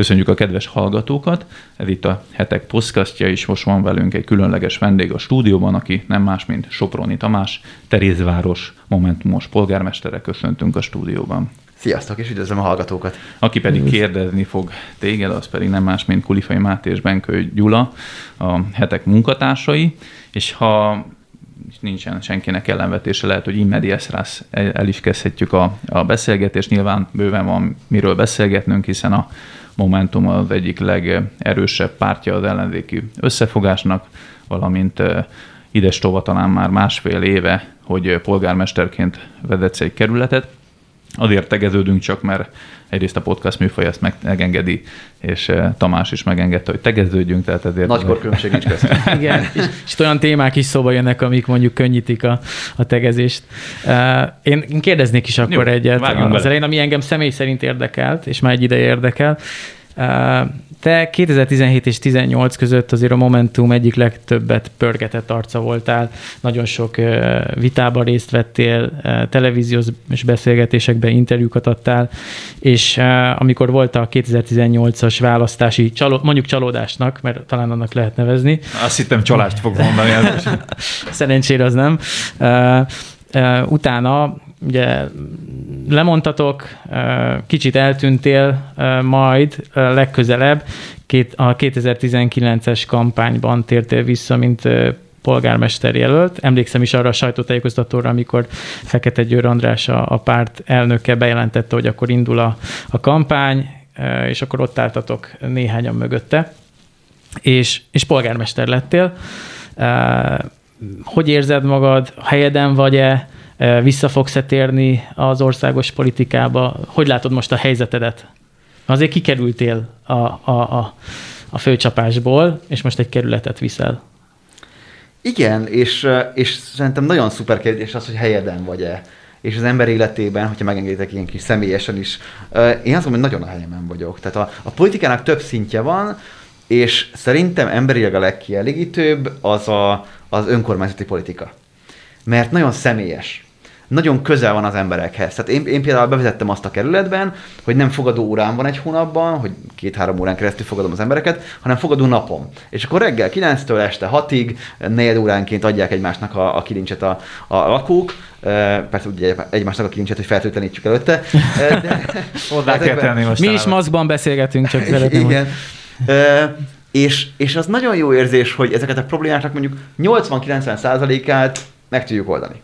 Köszönjük a kedves hallgatókat. Ez itt a Hetek podcastja, és most van velünk egy különleges vendég a stúdióban, aki nem más, mint Soproni Tamás, Terézváros momentumos polgármestere. Köszöntünk a stúdióban. Sziasztok, és üdvözlöm a hallgatókat. Aki pedig kérdezni fog téged, az pedig nem más, mint Kulifai Máté és Benkő Gyula, a Hetek munkatársai, és ha nincsen senkinek ellenvetése, lehet, hogy in medias res el is kezdhetjük a beszélgetést. Nyilván bőven van miről beszélgetnünk, hiszen a Momentum az egyik legerősebb pártja az ellenzéki összefogásnak, valamint idestova talán már másfél éve, hogy polgármesterként vezetsz egy kerületet. Azért tegeződünk csak, mert egyrészt a podcast műfaj ezt megengedi, és Tamás is megengedte, hogy tegeződjünk, tehát ezért... Nagykor különbség nincs köztünk. Igen, és olyan témák is szóba jönnek, amik mondjuk könnyítik a tegezést. Én kérdeznék is akkor egyet az elején, ami engem személy szerint érdekelt, és már egy ideje érdekel. Te 2017 és 2018 között azért a Momentum egyik legtöbbet pörgetett arca voltál, nagyon sok vitában részt vettél, televíziós beszélgetésekben interjúkat adtál, és amikor volt a 2018-as választási, mondjuk csalódásnak, mert talán annak lehet nevezni. Azt hittem csalást fog mondani. Szerencsére az nem. Utána ugye lemondtatok, kicsit eltűntél, majd legközelebb a 2019-es kampányban tértél vissza, mint polgármester jelölt. Emlékszem is arra a sajtótájékoztatóra, amikor Fekete Győr András, a párt elnöke bejelentette, hogy akkor indul a kampány, és akkor ott álltatok néhányan mögötte, és polgármester lettél. Hogy érzed magad? Helyeden vagy-e? Vissza fogsz-e térni az országos politikába? Hogy látod most a helyzetedet? Azért kikerültél a főcsapásból, és most egy kerületet viszel. Igen, és szerintem nagyon szuper kérdés az, hogy helyeden vagy-e. És az ember életében, hogyha megengeditek ilyen kis személyesen is, én azt mondom, hogy nagyon a helyemen vagyok. Tehát a politikának több szintje van, és szerintem emberileg a legkielégítőbb az önkormányzati politika. Mert nagyon személyes. Nagyon közel van az emberekhez. Tehát én például bevezettem azt a kerületben, hogy nem fogadó órán van egy hónapban, hogy 2-3 órán keresztül fogadom az embereket, hanem fogadó napon. És akkor reggel 9-től este 6-ig, 4 óránként adják egymásnak a kilincset a lakók. Persze ugye egymásnak a kilincset, hogy feltöltenítsük előtte. Hozzá kell tenni most. Mi is maszkban beszélgetünk, csak szeretném. Igen. És az nagyon jó érzés, hogy ezeket a problémáknak mondjuk 80-90%-át meg tudjuk oldani.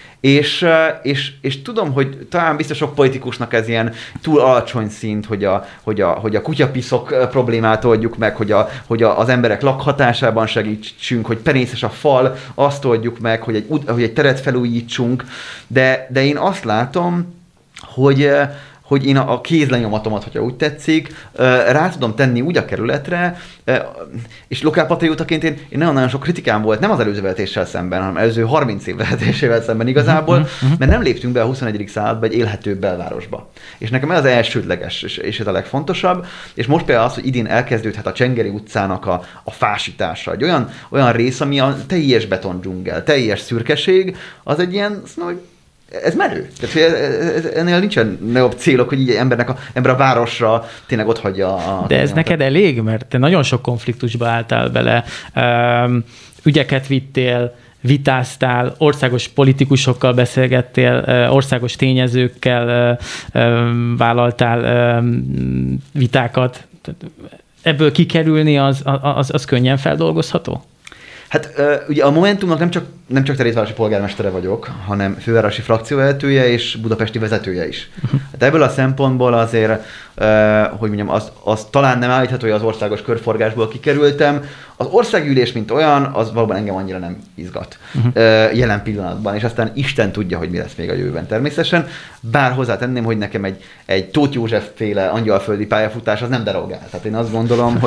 És tudom, hogy talán biztos sok politikusnak ez ilyen túl alacsony szint, hogy a kutyapiszok problémát oldjuk meg, hogy az emberek lakhatásában segítsünk, hogy penészes a fal, azt oldjuk meg, hogy egy teret felújítsunk, de én azt látom, hogy én a kézlenyomatomat, hogyha úgy tetszik, rá tudom tenni úgy a kerületre, és lokálpatriótaként én nagyon sok kritikám volt, nem az előző vezetéssel szemben, hanem előző 30 év vezetésével szemben igazából, mert nem léptünk be a 21. századba egy élhetőbb belvárosba. És nekem ez az elsődleges, és ez a legfontosabb. És most például az, hogy idén elkezdődhet a Csengeri utcának a fásítása. Egy olyan rész, ami a teljes betondzsungel, teljes szürkeség, az egy ilyen, ez menő. Tehát ennél nincsen nagyobb célok, hogy így ember a városra tényleg ott hagyja De ez neked elég? Mert te nagyon sok konfliktusba álltál bele, ügyeket vittél, vitáztál, országos politikusokkal beszélgettél, országos tényezőkkel vállaltál vitákat. Ebből kikerülni az könnyen feldolgozható? Hát ugye a Momentumnak nem csak Terézvárosi polgármestere vagyok, hanem fővárosi frakcióvezetője és budapesti vezetője is. Hát ebből a szempontból azért, hogy mondjam, az talán nem állítható, hogy az országos körforgásból kikerültem. Az országgyűlés, mint olyan, az valóban engem annyira nem izgat jelen pillanatban, és aztán Isten tudja, hogy mi lesz még a jövőben természetesen. Bár hozzátenném, hogy nekem egy Tóth József féle angyalföldi pályafutás az nem derogál. Tehát én azt gondolom,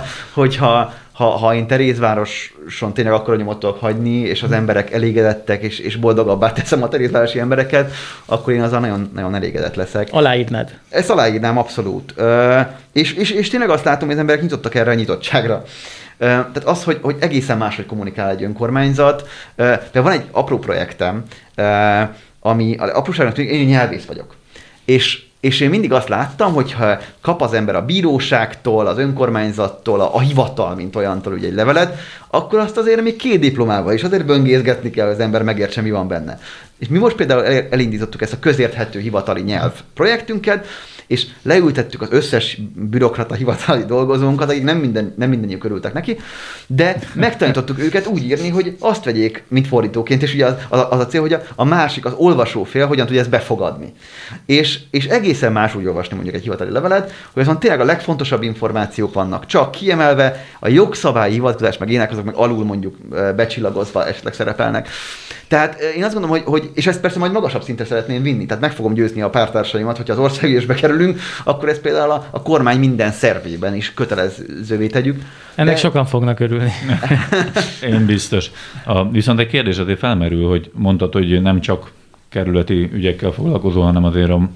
ha én Terézvároson tényleg akkor nyomot tudok hagyni, és az emberek elégedettek, és boldogabbá teszem a terézvárosi embereket, akkor én azzal nagyon, nagyon elégedett leszek. Aláírnád? Ezt aláírnám, abszolút. És tényleg azt látom, hogy az emberek nyitottak erre a nyitottságra. Tehát az, hogy egészen máshogy kommunikál egy önkormányzat. De van egy apró projektem, ami apróságnak tűnik, én nyelvész vagyok. És És én mindig azt láttam, hogyha kap az ember a bíróságtól, az önkormányzattól, a hivatal, mint olyantól ugye egy levelet, akkor azt azért még 2 diplomával is azért böngészgetni kell, hogy az ember megértse, mi van benne. És mi most például elindítottuk ezt a közérthető hivatali nyelv projektünket, és leültettük az összes bürokrata hivatali dolgozónkat, akik nem mindannyiuk örültek neki, de megtanítottuk őket úgy írni, hogy azt vegyék, mint fordítóként, és ugye az a cél, hogy a másik, az olvasófél hogyan tudja ezt befogadni. És egészen más úgy olvasni mondjuk egy hivatali levelet, hogy azon tényleg a legfontosabb információk vannak, csak kiemelve, a jogszabályi hivatkozás, meg ének azok meg alul mondjuk becsillagozva esetleg szerepelnek. Tehát én azt gondolom, hogy és ezt persze majd magasabb szintre szeretném vinni, tehát meg fogom győzni a pártársaimat, hogyha az országgyűlésbe kerülünk, akkor ezt például a kormány minden szervében is kötelezővé tegyük. Ennek sokan fognak örülni. Én biztos. Viszont egy kérdés azért felmerül, hogy mondtad, hogy nem csak kerületi ügyekkel foglalkozó, hanem azért a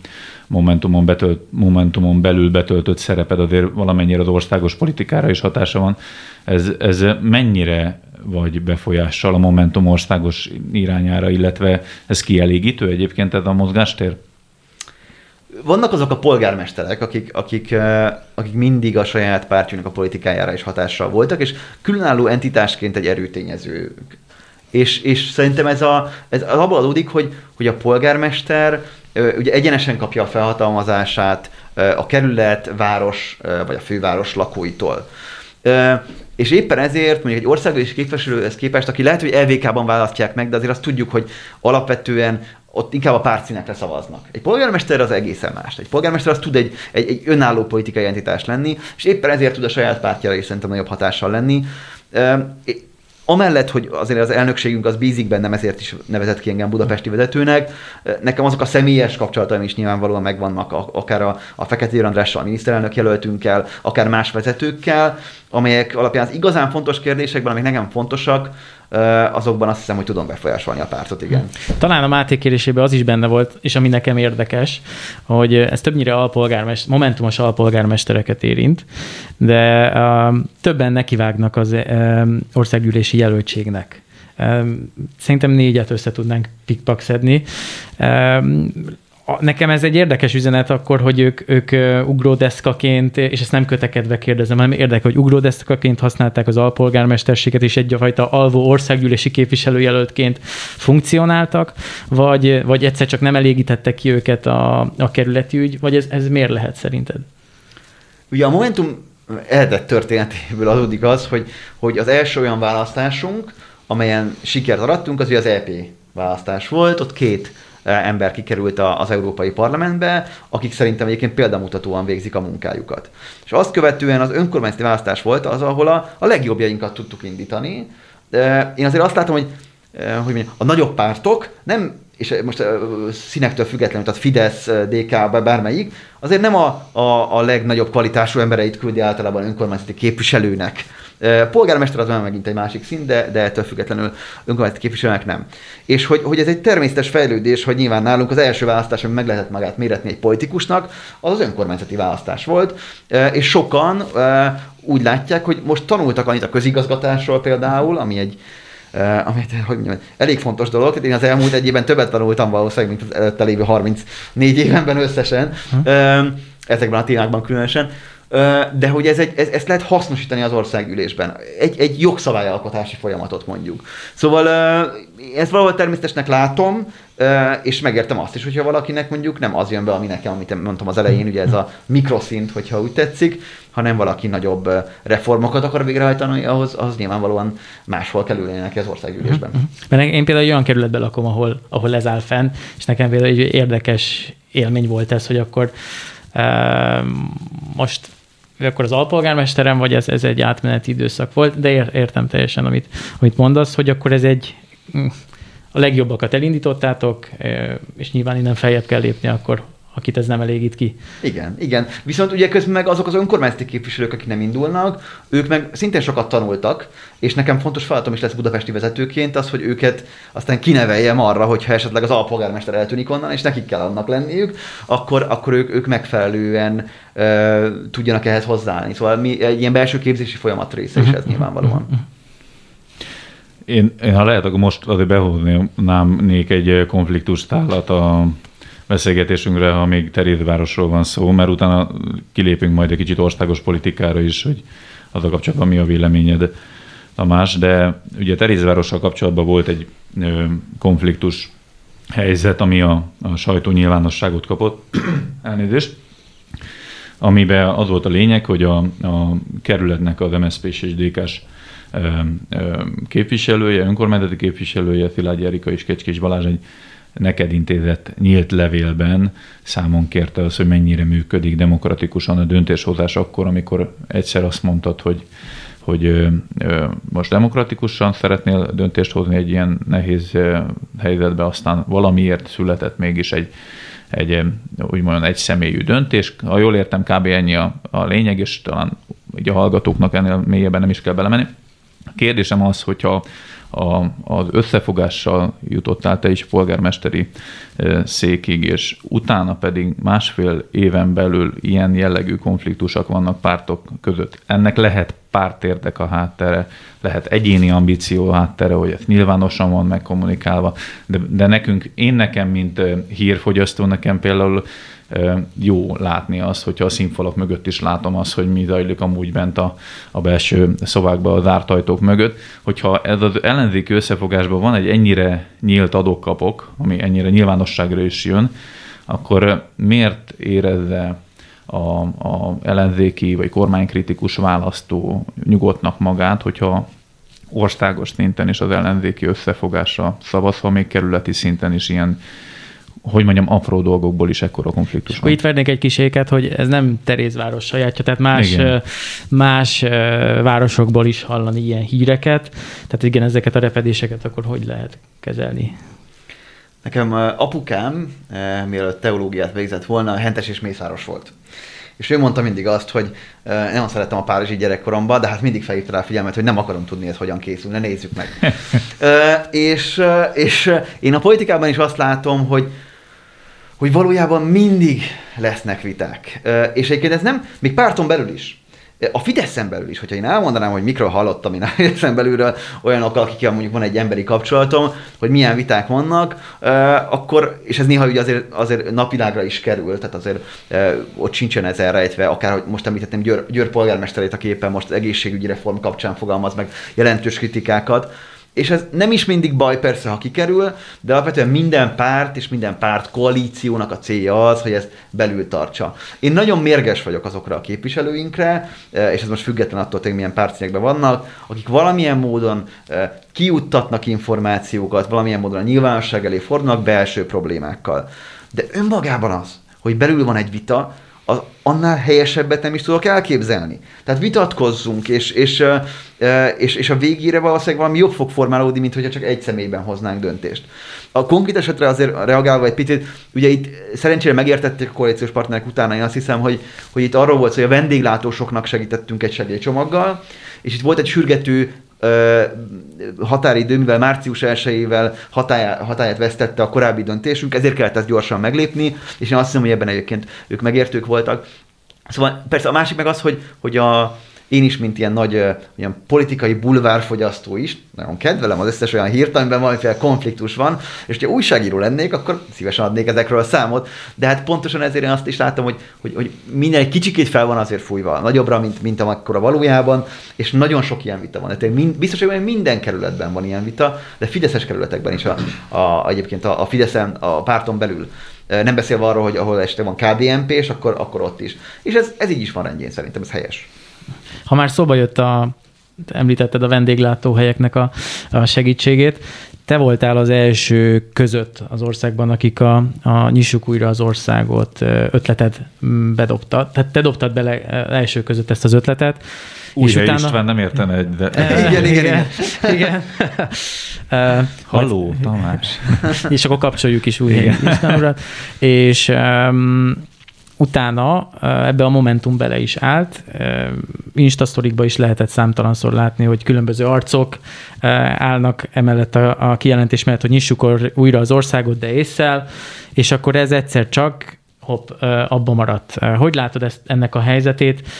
Momentumon belül betöltött szereped azért valamennyire az országos politikára is hatása van. Ez mennyire vagy befolyással a Momentum országos irányára, illetve ez kielégítő egyébként ez a mozgástér? Vannak azok a polgármesterek, akik mindig a saját pártjuknak a politikájára is hatással voltak, és különálló entitásként egy erőtényezők. És szerintem ez abból adódik, hogy a polgármester ugye egyenesen kapja a felhatalmazását a kerület, város vagy a főváros lakóitól. És éppen ezért mondjuk egy országgyűlési képviselőhez képest, aki lehet, hogy LVK-ban választják meg, de azért azt tudjuk, hogy alapvetően ott inkább a pártszínekre szavaznak. Egy polgármester az egészen más. Egy polgármester az tud egy önálló politikai entitás lenni, és éppen ezért tud a saját pártjára is szerintem nagyobb hatással lenni. Amellett, hogy azért az elnökségünk az bízik bennem, ezért is nevezett ki engem budapesti vezetőnek, nekem azok a személyes kapcsolataim is nyilvánvalóan megvannak, akár a Fekete Andrással, a miniszterelnök jelöltünkkel, akár más vezetőkkel, amelyek alapján az igazán fontos kérdésekben, amik nekem fontosak, azokban azt hiszem, hogy tudom befolyásolni a pártot, igen. Talán a Máté kérdésében az is benne volt, és ami nekem érdekes, hogy ez többnyire momentumos alpolgármestereket érint, de többen nekivágnak az országgyűlési jelöltségnek. Szerintem 4-et össze tudnánk pikpak szedni. Nekem ez egy érdekes üzenet akkor, hogy ők ugródeszkaként, és ezt nem kötekedve kérdezem, hanem érdekel, hogy ugródeszkaként használták az alpolgármesterséget, és egyfajta alvó országgyűlési képviselőjelöltként funkcionáltak, vagy egyszer csak nem elégítette ki őket a kerületi ügy, vagy ez miért lehet szerinted? Ugye a Momentum eredet történetéből adódik az, hogy az első olyan választásunk, amelyen sikert arattunk, az ugye az EP választás volt, ott 2 ember kikerült az Európai Parlamentbe, akik szerintem egyébként példamutatóan végzik a munkájukat. És azt követően az önkormányzati választás volt az, ahol a legjobbjainkat tudtuk indítani. Én azért azt látom, hogy a nagyobb pártok nem, és most színektől függetlenül, tehát Fidesz, DK, bármelyik, azért nem a legnagyobb kvalitású embereit küldi általában önkormányzati képviselőnek. Polgármester az már megint egy másik szín, de ettől függetlenül önkormányzati képviselőnek nem. És hogy ez egy természetes fejlődés, hogy nyilván nálunk az első választás, ami meg lehetett magát méretni egy politikusnak, az önkormányzati választás volt, és sokan úgy látják, hogy most tanultak annyit a közigazgatásról például, ami hogy mondjam, elég fontos dolog. Én az elmúlt 1 évben többet tanultam valószínűleg, mint az előtte lévő 34 évenben összesen, ezekben a témákban különösen. De hogy ezt lehet hasznosítani az országgyűlésben. Egy jogszabályalkotási folyamatot mondjuk. Szóval ezt valahol természetesnek látom, és megértem azt is, hogyha valakinek mondjuk nem az jön be, ami nekem, amit mondtam az elején, ugye ez a mikroszint, hogyha úgy tetszik, hanem valaki nagyobb reformokat akar végrehajtani, ahhoz nyilvánvalóan máshol kell ülni neki az országgyűlésben. Mert én például egy olyan kerületben lakom, ahol ez áll fenn, és nekem például egy érdekes élmény volt ez, hogy akkor most akkor az alpolgármesterem, vagy ez egy átmeneti időszak volt, de értem teljesen, amit mondasz, hogy akkor ez a legjobbakat elindítottátok, és nyilván innen feljebb kell lépni akkor, akit ez nem elégít ki. Igen. Viszont ugye közben meg azok az önkormányzati képviselők, akik nem indulnak, ők meg szintén sokat tanultak, és nekem fontos feladatom is lesz budapesti vezetőként az, hogy őket aztán kineveljem arra, hogyha esetleg az alpolgármester eltűnik onnan, és nekik kell annak lenniük, akkor ők megfelelően tudjanak ehhez hozzáállni. Szóval mi egy ilyen belső képzési folyamat része is ez nyilvánvalóan. Én ha lehet, akkor most azért behoznám egy konfliktustálat beszélgetésünkre, ha még Terézvárosról van szó, mert utána kilépünk majd egy kicsit országos politikára is, hogy az a kapcsolatban mi a véleményed, Tamás, de ugye Terézvárossal kapcsolatban volt egy konfliktus helyzet, ami a sajtó nyilvánosságot kapott, elnézést, amiben az volt a lényeg, hogy a kerületnek az MSZP-s és DK-s képviselője, önkormányzati képviselője, Szilágyi Erika és Kecskés Balázs egy neked intézett nyílt levélben számon kérte az, hogy mennyire működik demokratikusan a döntéshozás akkor, amikor egyszer azt mondtad, hogy most demokratikusan szeretnél döntést hozni egy ilyen nehéz helyzetben, aztán valamiért született mégis úgymond egy személyű döntés. Ha jól értem, kb. Ennyi a lényeg, és talán így a hallgatóknak ennél mélyebben nem is kell belemenni. A kérdésem az, hogyha az összefogással jutottál te is polgármesteri székig, és utána pedig másfél éven belül ilyen jellegű konfliktusok vannak pártok között. Ennek lehet pártérdek a háttere, lehet egyéni ambíció a háttere, hogy ez nyilvánosan van megkommunikálva, de nekem, mint hírfogyasztó, nekem például jó látni azt, hogyha a színfalak mögött is látom azt, hogy mi zajlik amúgy bent a belső szobákban, az zárt ajtók mögött. Hogyha ez az ellenzéki összefogásban van egy ennyire nyílt adok-kapok, ami ennyire nyilvánosságra is jön, akkor miért érezze a ellenzéki vagy kormánykritikus választó nyugodtnak magát, hogyha országos szinten is az ellenzéki összefogásra szavazva, még kerületi szinten is ilyen, hogy mondjam, apró dolgokból is ekkora konfliktus van. Itt vernék egy kis éket, hogy ez nem Terézváros sajátja, tehát más városokból is hallani ilyen híreket. Tehát igen, ezeket a repedéseket akkor hogy lehet kezelni? Nekem apukám, mielőtt teológiát végzett volna, Hentes és Mészáros volt. És ő mondta mindig azt, hogy nem szerettem a párizsi gyerekkoromban, de hát mindig felhívta rá figyelmet, hogy nem akarom tudni, ez hogyan készül, ne nézzük meg. És én a politikában is azt látom, hogy valójában mindig lesznek viták. És egyébként ez nem, még párton belül is, a Fideszen belül is, hogyha én elmondanám, hogy mikről hallottam én a Fideszen belülről olyanokkal, akikkel mondjuk van egy emberi kapcsolatom, hogy milyen viták vannak, akkor, és ez néha ugye azért napvilágra is kerül, tehát azért ott sincsen ez elrejtve, akár, hogy most említettem Győr polgármesterét, aki éppen most az egészségügyi reform kapcsán fogalmaz meg jelentős kritikákat. És ez nem is mindig baj persze, ha kikerül, de alapvetően minden párt és minden párt koalíciónak a célja az, hogy ezt belül tartsa. Én nagyon mérges vagyok azokra a képviselőinkre, és ez most független attól, hogy milyen pártszínekben vannak, akik valamilyen módon kijuttatnak információkat, valamilyen módon a nyilvánosság elé fordulnak belső problémákkal. De önmagában az, hogy belül van egy vita, annál helyesebbet nem is tudok elképzelni. Tehát vitatkozzunk, és a végére valószínűleg valami jobb fog formálódni, mint hogyha csak egy személyben hoznánk döntést. A konkrét esetre azért reagálva egy picit, ugye itt szerencsére megértették a koalíciós partnerek utána, én azt hiszem, hogy itt arról volt szó, hogy a vendéglátósoknak segítettünk egy segélycsomaggal, és itt volt egy sürgető határidő, mivel március 1-ével hatályát vesztette a korábbi döntésünk, ezért kellett ezt gyorsan meglépni, és én azt hiszem, hogy ebben egyébként ők megértők voltak. Szóval persze a másik meg az, hogy én is, mint ilyen nagy ilyen politikai bulvárfogyasztó is, nagyon kedvelem az összes olyan hírt, amiben valamiféle konfliktus van, és ha újságíró lennék, akkor szívesen adnék ezekről a számot, de hát pontosan ezért én azt is láttam, hogy minden egy kicsikét fel van azért fújva, nagyobbra, mint amakkora valójában, és nagyon sok ilyen vita van. Tehát biztos, hogy minden kerületben van ilyen vita, de fideszes kerületekben is egyébként a Fideszen, a párton belül. Nem beszélve arról, hogy ahol este van KDNP, és akkor ott is. És ez így is van rendjén, szerintem ez helyes. Ha már szóba jött említetted a vendéglátóhelyeknek a segítségét, te voltál az első között az országban, akik a Nyissuk újra az országot ötletet bedobtad. Tehát te dobtad bele első között ezt az ötletet. Újra utána... István nem értene egy... Igen. Halló, Tamás. És akkor kapcsoljuk is újra István urat. És... utána ebbe a Momentum bele is állt. Instasztorikba is lehetett számtalanszor látni, hogy különböző arcok állnak emellett a kijelentés mellett, hogy nyissuk újra az országot, de ésszel, és akkor ez egyszer csak abba maradt. Hogy látod ennek a helyzetét?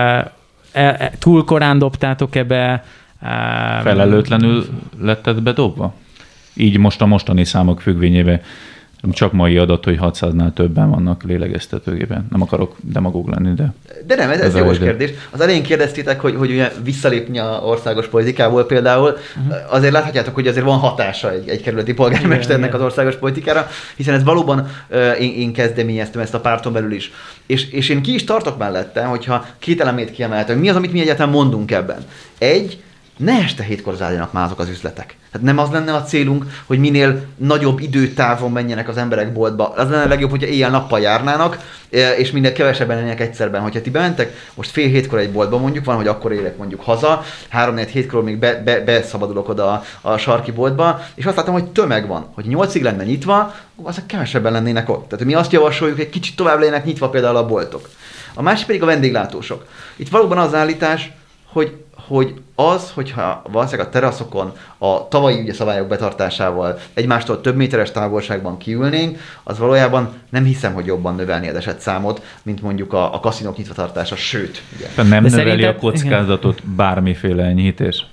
Túl korán dobtátok ebbe? Felelőtlenül letted bedobva? Így most a mostani számok függvényében Csak mai adat, hogy 600-nál többen vannak lélegeztetőgépen. Nem akarok demagóg lenni, de... De nem, ez jó kérdés. Az elején kérdeztétek, hogy ugye visszalépni a országos politikából például. Azért láthatjátok, hogy azért van hatása egy kerületi polgármesternek az országos politikára, hiszen ez valóban én kezdeményeztem ezt a párton belül is. És én ki is tartok mellette, hogyha két elemét kiemeltem. Mi az, amit mi egyáltalán mondunk ebben? Ne este 7-kor zárjanak már azok az üzletek. Tehát nem az lenne a célunk, hogy minél nagyobb időtávon menjenek az emberek boltba. Az lenne a legjobb, hogyha éjjel-nappal járnának, és minél kevesebben lennének egyszerben. Hogyha ti bementek most 6:30 egy boltba mondjuk, van, hogy akkor érek mondjuk haza, 3-4-7-kor még beszabadulok oda a sarki boltba, és azt látom, hogy tömeg van. Hogy 8-ig lenne nyitva, azok kevesebben lennének ott. Tehát mi azt javasoljuk, hogy egy kicsit tovább lennének nyitva például a boltok. A másik pedig a vendéglátósok. Itt valóban az állítás, hogyha valószínűleg a teraszokon a tavalyi ugye szabályok betartásával egymástól több méteres távolságban kiülnénk, az valójában nem hiszem, hogy jobban növelni az esetszámot, mint mondjuk a kaszinók nyitvatartása, sőt. Ugye. Nem növeli a kockázatot igen. Bármiféle enyhítés?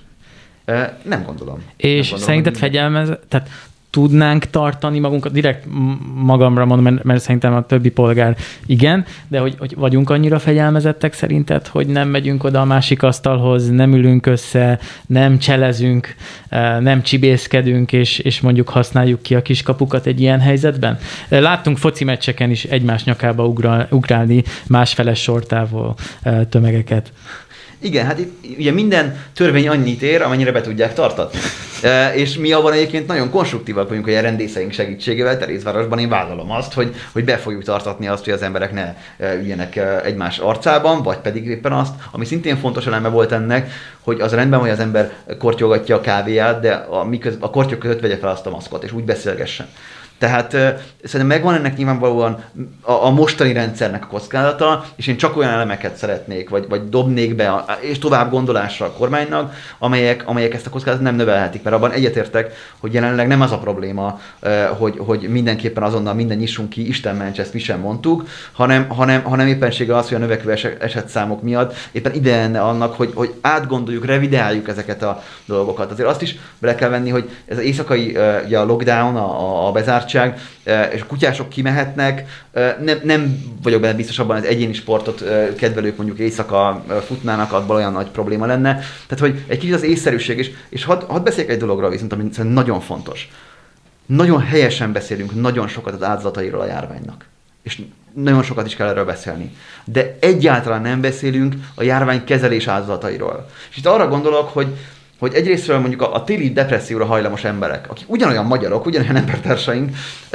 Nem gondolom. És szerinted tehát tudnánk tartani magunkat, direkt magamra mondom, mert szerintem a többi polgár igen, de hogy vagyunk annyira fegyelmezettek szerinted, hogy nem megyünk oda a másik asztalhoz, nem ülünk össze, nem cselezünk, nem csibészkedünk, és mondjuk használjuk ki a kiskapukat egy ilyen helyzetben? Láttunk foci meccseken is egymás nyakába ugrálni másfeles sortávol tömegeket. Igen, hát itt ugye minden törvény annyit ér, amennyire be tudják tartatni. És mi abban egyébként nagyon konstruktívak vagyunk, hogy a rendészeink segítségével Terézvárosban én vállalom azt, hogy be fogjuk tartatni azt, hogy az emberek ne üljenek egymás arcában, vagy pedig éppen azt, ami szintén fontos eleme volt ennek, hogy az rendben, hogy az ember kortyogatja a kávéját, de a kortyok között vegye fel azt a maszkot, és úgy beszélgessen. Tehát szerintem megvan ennek nyilvánvalóan a mostani rendszernek a kockázata, és én csak olyan elemeket szeretnék, vagy dobnék be, és tovább gondolásra a kormánynak, amelyek ezt a kockázatot nem növelhetik, mert abban egyetértek, hogy jelenleg nem az a probléma, hogy mindenképpen azonnal minden nyissunk ki, Isten ments, ezt mi sem mondtuk, hanem éppenséggel az, hogy a növekvő esetszámok miatt éppen ide lenne annak, hogy átgondoljuk, revideáljuk ezeket a dolgokat. Azért azt is bele kell venni, hogy ez az éjszakai ugye a lockdown, a bezárt és a kutyások kimehetnek, nem vagyok benne biztos abban, hogy az egyéni sportot kedvelők mondjuk éjszaka futnának, abban olyan nagy probléma lenne. Tehát, hogy egy kicsit az észszerűség, és hadd beszéljek egy dologra viszont, ami szerintem nagyon fontos. Nagyon helyesen beszélünk nagyon sokat az áldozatairól a járványnak. És nagyon sokat is kell erről beszélni. De egyáltalán nem beszélünk a járvány kezelés áldozatairól. És itt arra gondolok, hogy egyrésztről mondjuk a téli depresszióra hajlamos emberek, akik ugyanolyan magyarok, ugyanolyan embertársaink,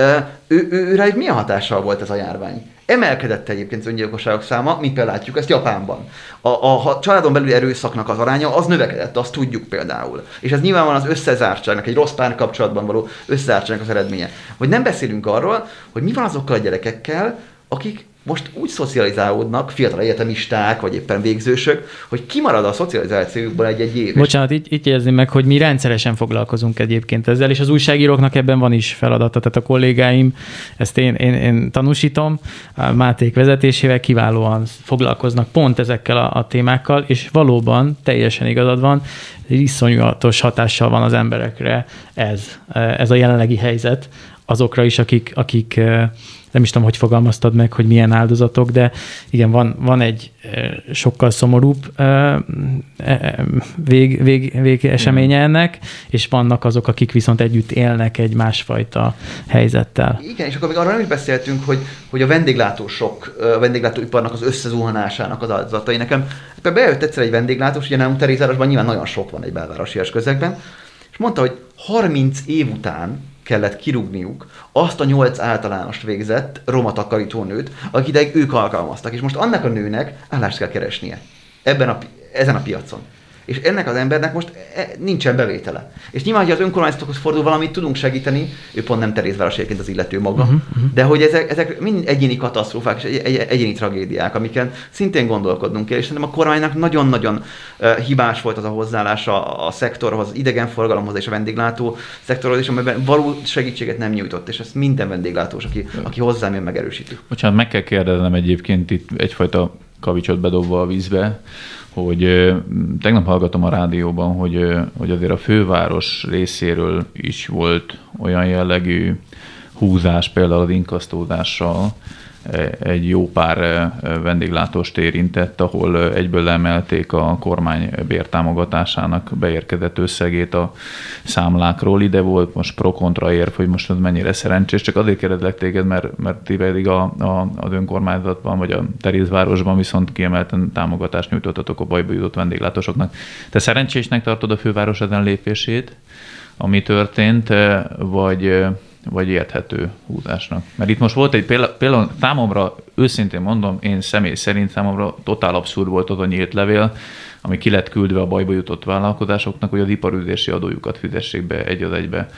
rájuk milyen hatással volt ez a járvány? Emelkedett egyébként az öngyilkosságok száma, mint például látjuk ezt Japánban. A családon belüli erőszaknak az aránya az növekedett, azt tudjuk például. És ez nyilvánvalóan az összezártságnak, egy rossz párkapcsolatban való összezártságnak az eredménye. Vagy nem beszélünk arról, hogy mi van azokkal a gyerekekkel, akik most úgy szocializálódnak, fiatal egyetemisták, vagy éppen végzősök, hogy kimarad a szocializációkból egy év. Bocsánat, itt jegyezném meg, hogy mi rendszeresen foglalkozunk egyébként ezzel, és az újságíróknak ebben van is feladata. Tehát a kollégáim, ezt én tanúsítom, a Máték vezetésével kiválóan foglalkoznak pont ezekkel a témákkal, és valóban teljesen igazad van, iszonyatos hatással van az emberekre ez a jelenlegi helyzet, azokra is, akik nem is tudom, hogy fogalmaztad meg, hogy milyen áldozatok, de igen, van egy sokkal szomorúbb végeseménye ennek, és vannak azok, akik viszont együtt élnek egy másfajta helyzettel. Igen, és akkor még arra nem is beszéltünk, hogy a vendéglátóiparnak az összezuhanásának az áldozatai. Nekem bejött egyszer egy vendéglátós, ugye nálunk Terézvárosban nyilván nagyon sok van egy belvárosias közegben, és mondta, hogy 30 év után kellett kirúgniuk azt a 8 általánost végzett roma takarítónőt, akik ideig ők alkalmaztak. És most annak a nőnek állást kell keresnie ezen a piacon. És ennek az embernek most nincsen bevétele. És nyilván, hogy az önkormányzatokhoz fordul valamit tudunk segíteni, ő pont nem Terézváros egyébként az illető maga, de hogy ezek mind egyéni katasztrófák és egyéni tragédiák, amiken szintén gondolkodnunk kell, és szerintem a kormánynak nagyon-nagyon hibás volt az a hozzáállása a szektorhoz, az idegenforgalomhoz és a vendéglátó szektorhoz, és amiben való segítséget nem nyújtott, és ezt minden vendéglátós, aki hozzám jön, megerősíti. Bocsánat, meg kell kérdeznem egyébként itt egyfajta kavicsot bedobva a vízbe, hogy tegnap hallgatom a rádióban, hogy azért a főváros részéről is volt olyan jellegű húzás, például az inkasztózással egy jó pár vendéglátóst érintett, ahol egyből leemelték a kormány bértámogatásának beérkezett összegét a számlákról. Ide volt most pro-kontra érv, hogy most ez mennyire szerencsés. Csak azért kérdezlek téged, mert ti pedig az önkormányzatban, vagy a Terézvárosban viszont kiemelten támogatást nyújtottatok a bajba jutott vendéglátósoknak. Te szerencsésnek tartod a főváros ezen lépését, ami történt, vagy érthető húzásnak? Mert itt most volt egy például számomra, őszintén mondom, én személy szerint számomra totál abszurd volt az a nyílt levél, ami ki lett küldve a bajba jutott vállalkozásoknak, hogy az iparűzési adójukat fizessék be egy az egybe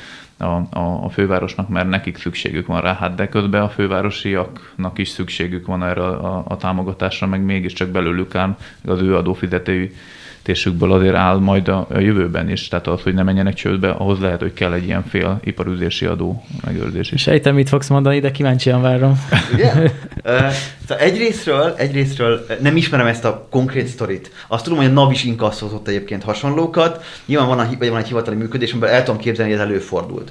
a fővárosnak, mert nekik szükségük van rá. Hát de közben a fővárosiaknak is szükségük van erre a támogatásra, meg mégiscsak belőlük áll az ő adófizetői tésükből azért áll majd a jövőben is. Tehát az, hogy ne menjenek csődbe, ahhoz lehet, hogy kell egy ilyen fél iparűzési adó megőrzés is. Sejtem, mit fogsz mondani, de kíváncsian várom. Igen? Szóval egyrésztről nem ismerem ezt a konkrét sztorit. Azt tudom, hogy a NAV is inkasszózott egyébként hasonlókat. Nyilván van egy hivatali működés, amiben el tudom képzelni, hogy ez előfordult.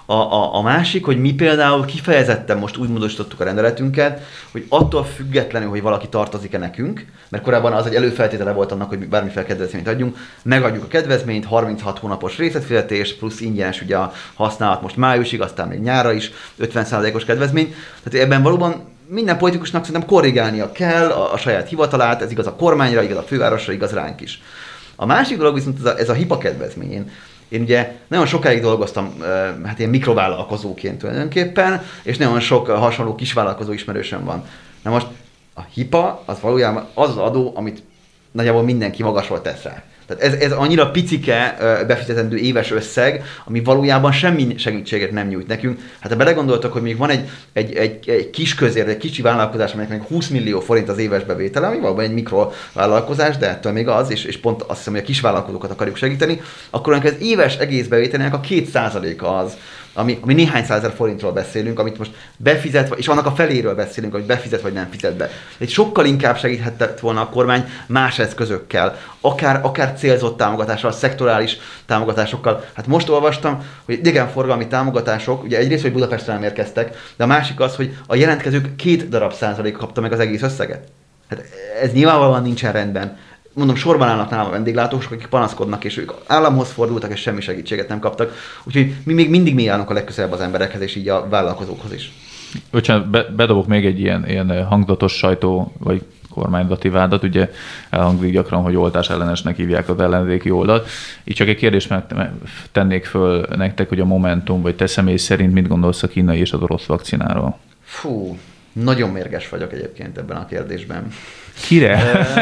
A másik, hogy mi például kifejezetten most úgy módosítottuk a rendeletünket, hogy attól függetlenül, hogy valaki tartozik-e nekünk, mert korábban az egy előfeltétele volt annak, hogy bármiféle kedvezményt adjunk, megadjuk a kedvezményt, 36 hónapos részletfizetés, plusz ingyenes ugye a használat most májusig, aztán még nyárra is 50%-os kedvezmény. Tehát ebben valóban minden politikusnak szerintem korrigálnia kell a saját hivatalát, ez igaz a kormányra, igaz a fővárosra, igaz ránk is. A másik dolog viszont ez a HIPA kedvezmény. Én ugye nagyon sokáig dolgoztam hát ilyen mikrovállalkozóként tulajdonképpen, és nagyon sok hasonló kisvállalkozó ismerősöm van. Na most a HIPA az valójában az adó, amit nagyjából mindenki magasról tesz rá. Tehát ez annyira picike befizetendő éves összeg, ami valójában semmi segítséget nem nyújt nekünk. Hát ha belegondoltak, hogy még van egy kis közérdek, egy kicsi vállalkozás, aminek még 20 millió forint az éves bevétele, ami valóban egy mikrovállalkozás, de ettől még az, és pont azt hiszem, hogy a kisvállalkozókat akarjuk segíteni, akkor az éves egész bevételének a 2%-a az, ami néhány százezer forintról beszélünk, amit most befizet, és annak a feléről beszélünk, amit befizet vagy nem fizet be. Egy sokkal inkább segíthetett volna a kormány más eszközökkel, akár célzott támogatással, szektorális támogatásokkal. Hát most olvastam, hogy idegenforgalmi támogatások, ugye egyrészt, hogy Budapestre nem érkeztek, de a másik az, hogy a jelentkezők 2% kapta meg az egész összeget. Hát ez nyilvánvalóan nincsen rendben. Mondom, sorban állnak nálam a vendéglátósok, akik panaszkodnak, és ők államhoz fordultak, és semmi segítséget nem kaptak. Úgyhogy mi még mindig mi állunk a legközelebb az emberekhez, és így a vállalkozókhoz is. Bocsánat, bedobok még egy ilyen hangzatos sajtó, vagy kormányzati vádat, ugye elhangzik gyakran, hogy oltás ellenesnek hívják az ellenzéki oldalt. Így csak egy kérdést tennék föl nektek, hogy a Momentum, vagy te személy szerint mit gondolsz a kínai és az orosz vakcináról? Fú, nagyon mérges vagyok egyébként ebben a kérdésben. Kire?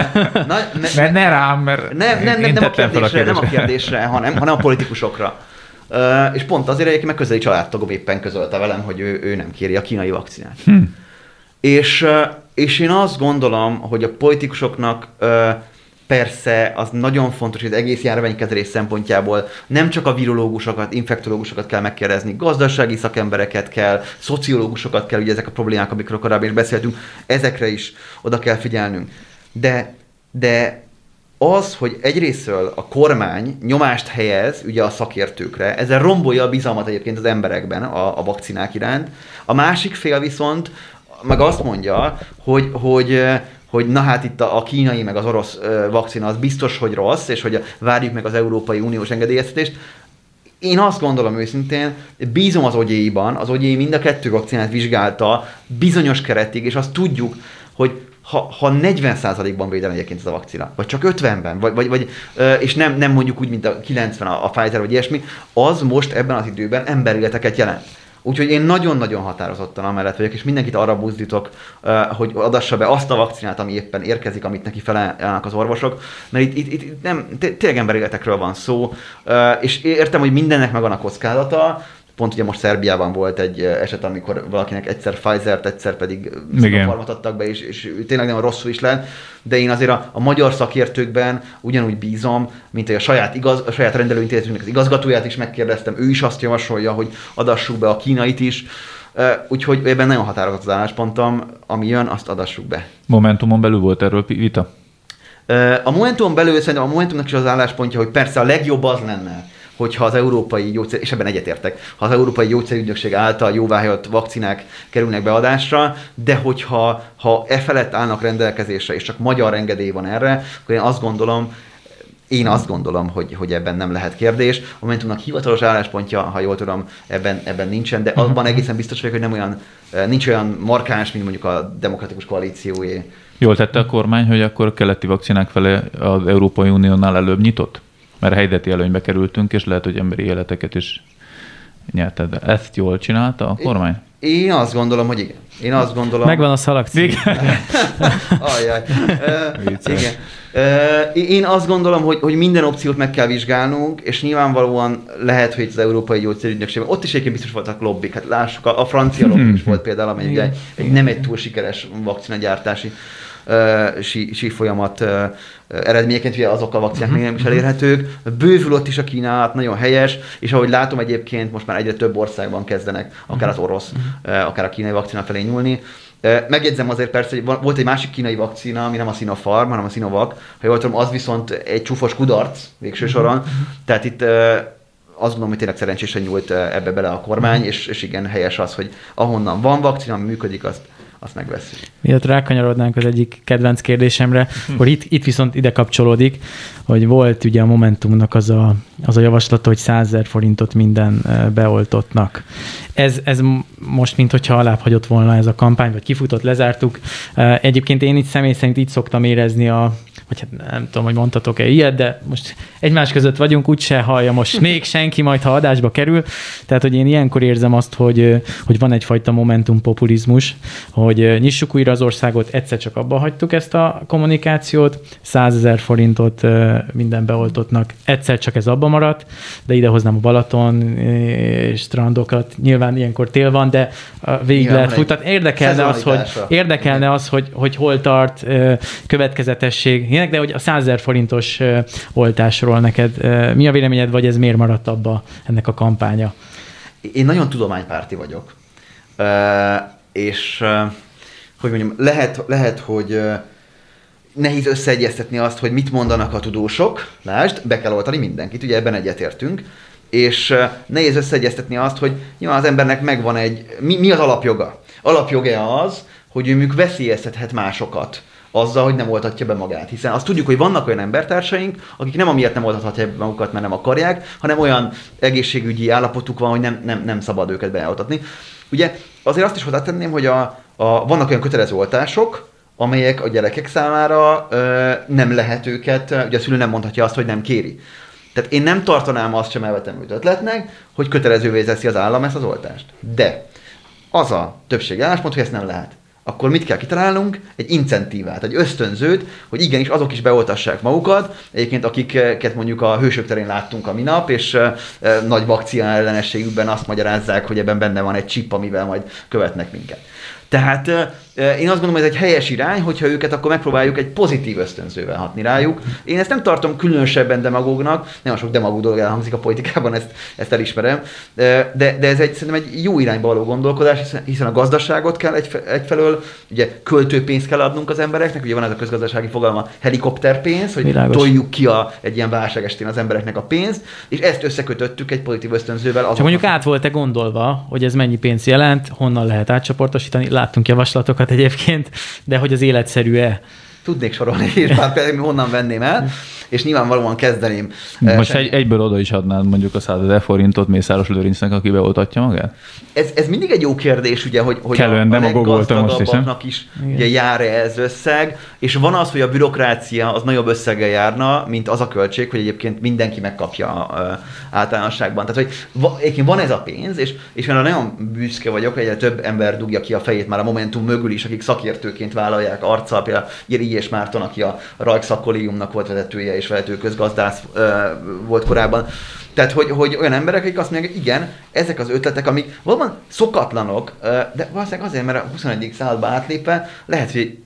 Mert ne rám, mert nem a kérdésre, hanem a politikusokra. És pont azért egyébként meg közeli családtagom éppen közölte velem, hogy ő nem kéri a kínai vakcinát. És én azt gondolom, hogy a politikusoknak persze az nagyon fontos, hogy az egész járványkezelés szempontjából nem csak a virológusokat, infektológusokat kell megkérdezni, gazdasági szakembereket kell, szociológusokat kell, ugye ezek a problémák, amikről korábban is beszéltünk, ezekre is oda kell figyelnünk. De az, hogy egyrésztről a kormány nyomást helyez ugye a szakértőkre, ezzel rombolja a bizalmat egyébként az emberekben a vakcinák iránt. A másik fél viszont meg azt mondja, hogy na hát itt a kínai meg az orosz vakcina az biztos, hogy rossz, és hogy várjuk meg az Európai Uniós engedélyeztetést. Én azt gondolom őszintén, bízom az ogyéiban, az ogyéi mind a kettő vakcinát vizsgálta bizonyos keretig, és azt tudjuk, hogy ha 40%-ban védene egyébként ez a vakcina, vagy csak 50-ben, és nem mondjuk úgy, mint a 90 a Pfizer, vagy ilyesmi, az most ebben az időben emberéleteket jelent. Úgyhogy én nagyon-nagyon határozottan amellett vagyok, és mindenkit arra buzdítok, hogy adassa be azt a vakcinát, ami éppen érkezik, amit neki felelnek az orvosok, mert itt nem, tényleg emberéletekről van szó, és értem, hogy mindennek megvan a kockázata. Pont ugye most Szerbiában volt egy eset, amikor valakinek egyszer Pfizer-t, egyszer pedig Sinopharmot adtak be, és tényleg nagyon rosszul is lett, de én azért a magyar szakértőkben ugyanúgy bízom, mint hogy a saját rendelőintézetünknek az igazgatóját is megkérdeztem, ő is azt javasolja, hogy adassuk be a kínait is, úgyhogy ebben nagyon határozott az álláspontom, ami jön, azt adassuk be. Momentumon belül volt erről vita? A Momentumon belül szerintem a Momentumnak is az álláspontja, hogy persze a legjobb az lenne, hogyha az európai gyógyszer, és ebben egyetértek, ha az Európai Gyógyszerügynökség által jóváhagyott vakcinák kerülnek beadásra, de hogyha felett állnak rendelkezésre, és csak magyar engedély van erre, akkor én azt gondolom, hogy ebben nem lehet kérdés. A Momentumnak hivatalos álláspontja, ha jól tudom, ebben nincsen, de abban egészen biztos vagyok, hogy nincs olyan markáns, mint mondjuk a Demokratikus Koalícióé. Jól tette a kormány, hogy akkor a keleti vakcinák felé az Európai Uniónál előbb nyitott? Mert helyzeti előnybe kerültünk, és lehet, hogy emberi életeket is nyerted. Ezt jól csinálta a kormány? Én azt gondolom, hogy igen. Megvan a szalagcím. Ajjaj. Igen. Én azt gondolom, hogy minden opciót meg kell vizsgálnunk, és nyilvánvalóan lehet, hogy az Európai Gyógyszerügynökségben, ott is egyébként biztos voltak lobbik, hát lássuk, a francia lobby is volt például, amely nem egy túl sikeres vakcinagyártási folyamat eredményeként, ugye azok a vakcinák még nem is elérhetők. Bővül ott is a kínálat, nagyon helyes, és ahogy látom egyébként most már egyre több országban kezdenek, akár az orosz, akár a kínai vakcina felé nyúlni. Megjegyzem azért persze, hogy volt egy másik kínai vakcina, ami nem a Sinopharm, hanem a Sinovac. Ha jól tudom, az viszont egy csúfos kudarc végső soron. Tehát itt azt gondolom, hogy tényleg szerencsésen nyúlt ebbe bele a kormány, és igen, helyes az, hogy ahonnan van vakcina, ami működik, azt megveszünk. Miatt rákanyarodnánk az egyik kedvenc kérdésemre, hogy itt viszont ide kapcsolódik, hogy volt ugye a Momentumnak az a javaslata, hogy 100 000 forintot minden beoltottnak. Ez most, minthogyha alább hagyott volna ez a kampány, vagy kifutott, lezártuk. Egyébként én itt személy szerint így szoktam érezni vagy hát nem tudom, hogy mondhatok-e ilyet, de most egymás között vagyunk, úgyse hallja most még senki, majd ha adásba kerül. Tehát, hogy én ilyenkor érzem azt, hogy van egyfajta momentum populizmus, hogy nyissuk újra az országot, egyszer csak abba hagytuk ezt a kommunikációt, 100 000 forintot minden beoltottnak, egyszer csak ez abba maradt, de idehoznám a Balaton és strandokat, nyilván ilyenkor tél van, de végig lehet futtatni. Érdekelne az, hogy hol tart következetesség, de hogy a 100 000 forintos oltásról neked mi a véleményed, vagy ez miért maradt abba ennek a kampánya? Én nagyon tudománypárti vagyok. És hogy mondjam, lehet, hogy nehéz összeegyeztetni azt, hogy mit mondanak a tudósok, lásd, be kell oltani mindenkit, ugye ebben egyetértünk, és nehéz összeegyeztetni azt, hogy nyilván az embernek megvan mi az alapjoga? Alapjoga az, hogy ő veszélyeztethet másokat azzal, hogy nem oltatja be magát. Hiszen azt tudjuk, hogy vannak olyan embertársaink, akik nem amiatt nem oltathatják be magukat, mert nem akarják, hanem olyan egészségügyi állapotuk van, hogy nem szabad őket beoltatni. Ugye azért azt is hozzátenném, hogy vannak olyan kötelező oltások, amelyek a gyerekek számára nem lehet őket, ugye a szülő nem mondhatja azt, hogy nem kéri. Tehát én nem tartanám azt sem elvetemült ötletnek, hogy kötelezővé teszi az állam ezt az oltást. De az a többség álláspont, hogy ezt nem lehet. Akkor mit kell kitalálnunk? Egy incentívát, egy ösztönzőt, hogy igenis azok is beoltassák magukat, egyébként akiket mondjuk a Hősök terén láttunk a minap, és nagy vakcina ellenességükben azt magyarázzák, hogy ebben benne van egy chip, amivel majd követnek minket. Tehát én azt gondolom, hogy ez egy helyes irány, hogyha őket akkor megpróbáljuk egy pozitív ösztönzővel hatni rájuk. Én ezt nem tartom különösebben demagógnak, nem sok demagóg dolog elhangzik a politikában, ezt elismerem, de ez szerintem egy jó irányba való gondolkodás, hiszen a gazdaságot kell egyfelől, ugye költőpénzt kell adnunk az embereknek, ugye van ez a közgazdasági fogalma, helikopterpénz, hogy toljuk ki egy ilyen válság estén az embereknek a pénzt, és ezt összekötöttük egy pozitív ösztönzővel. Csak mondjuk át volt-e gondolva, hogy ez mennyi pénz jelent, honnan lehet átcsoportosítani, láttunk javaslatokat egyébként, de hogy az életszerű-e? Tudnék sorolni, és pár például honnan venném el, és nyilvánvalóan kezdeném. Most egyből oda is adnád mondjuk a 100 000 forintot Mészáros Lőrincnek, aki beoltatja magát? Ez mindig egy jó kérdés, ugye, hogy a leggazdagabbaknak is ugye, jár ez összeg, és van az, hogy a bürokrácia az nagyobb összeggel járna, mint az a költség, hogy egyébként mindenki megkapja általánosságban. Tehát, hogy egyébként van ez a pénz, és mert nagyon büszke vagyok, hogy egyre több ember dugja ki a fejét már a Momentum mögül is, akik szakértőként vállalják arccal, például Ilyes Márton, aki a Rajk Kollégiumnak volt vezetője, és vezető közgazdász volt korábban. Tehát, hogy olyan emberek, akik azt mondják, hogy igen, ezek az ötletek, amik valóban szokatlanok, de valószínűleg azért, mert a 21. században átlépve lehet, hogy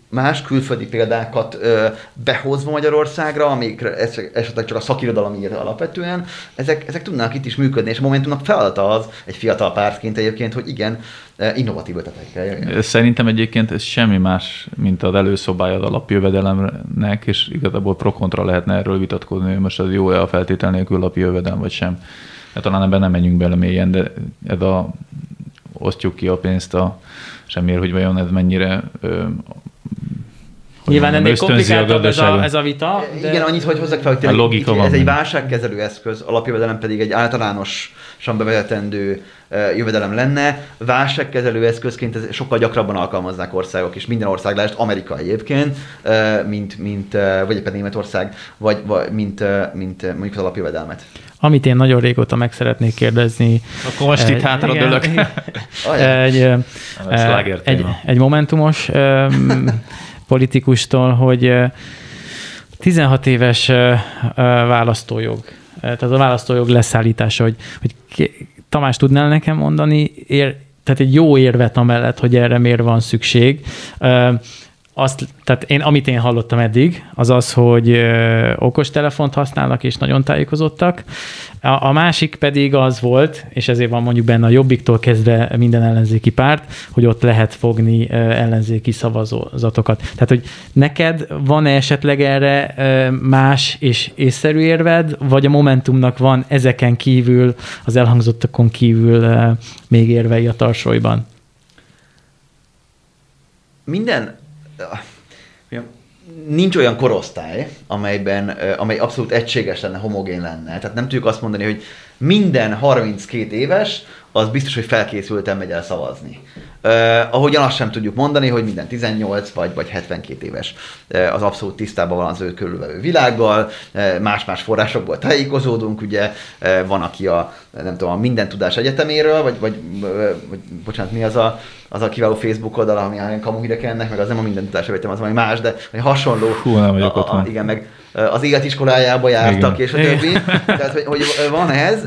más külföldi példákat behozva Magyarországra, amikre esetleg csak a szakirodalom ír alapvetően, ezek tudnának itt is működni, és a Momentumnak feladata az, egy fiatal pártként egyébként, hogy igen, innovatív ötletekkel jöjjön. Szerintem egyébként ez semmi más, mint az előszobája az alapjövedelemnek, és igazából pro-kontra lehetne erről vitatkozni, hogy most az jó-e a feltétel nélkül alapjövedelem, vagy sem. Hát talán ebben nem menjünk bele mélyen, de ez osztjuk ki a pénzt semmiért, hogy vajon ez mennyire nyilván ennél komplikáltabb ez a vita. De... Igen, annyit, hogy hozzak fel, hogy ez egy válságkezelő eszköz, alapjövedelem pedig egy általánosan bevezetendő jövedelem lenne. Válságkezelő eszközként ez sokkal gyakrabban alkalmazzák országok, és minden ország, lásd Amerika egyébként, vagy éppen Németország, vagy mint mondjuk az alapjövedelmet. Amit én nagyon régóta meg szeretnék kérdezni. Akkor most itt hátra dőlök. Egy momentumos politikustól, hogy 16 éves választójog, tehát a választójog leszállítása, hogy Tamás, tudnál nekem mondani, tehát egy jó érvet amellett, hogy erre miért van szükség. Tehát amit én hallottam eddig, az, hogy okostelefont használnak és nagyon tájékozottak. A másik pedig az volt, és ezért van mondjuk benne a Jobbiktól kezdve minden ellenzéki párt, hogy ott lehet fogni ellenzéki szavazatokat. Tehát, hogy neked van-e esetleg erre más és észszerű érved, vagy a Momentumnak van ezeken kívül, az elhangzottakon kívül még érvei a tarsolyban? Nincs olyan korosztály, amely abszolút egységes lenne, homogén lenne. Tehát nem tudjuk azt mondani, hogy minden 32 éves, az biztos, hogy felkészülten megy el szavazni. Ahogyan azt sem tudjuk mondani, hogy minden 18 vagy 72 éves az abszolút tisztában van az ő körülvevő világgal, más-más forrásokból tájékozódunk, ugye van, aki a Minden Tudás Egyeteméről, vagy bocsánat, mi az a kiváló Facebook oldal, ami ilyen kamuhírek ennek, meg az nem a Minden Tudás Egyetem, az valami más, de hasonló. Hú, nem vagyok ott. Igen, meg az életiskolájába jártak, igen. És a többi. Tehát, hogy van ez,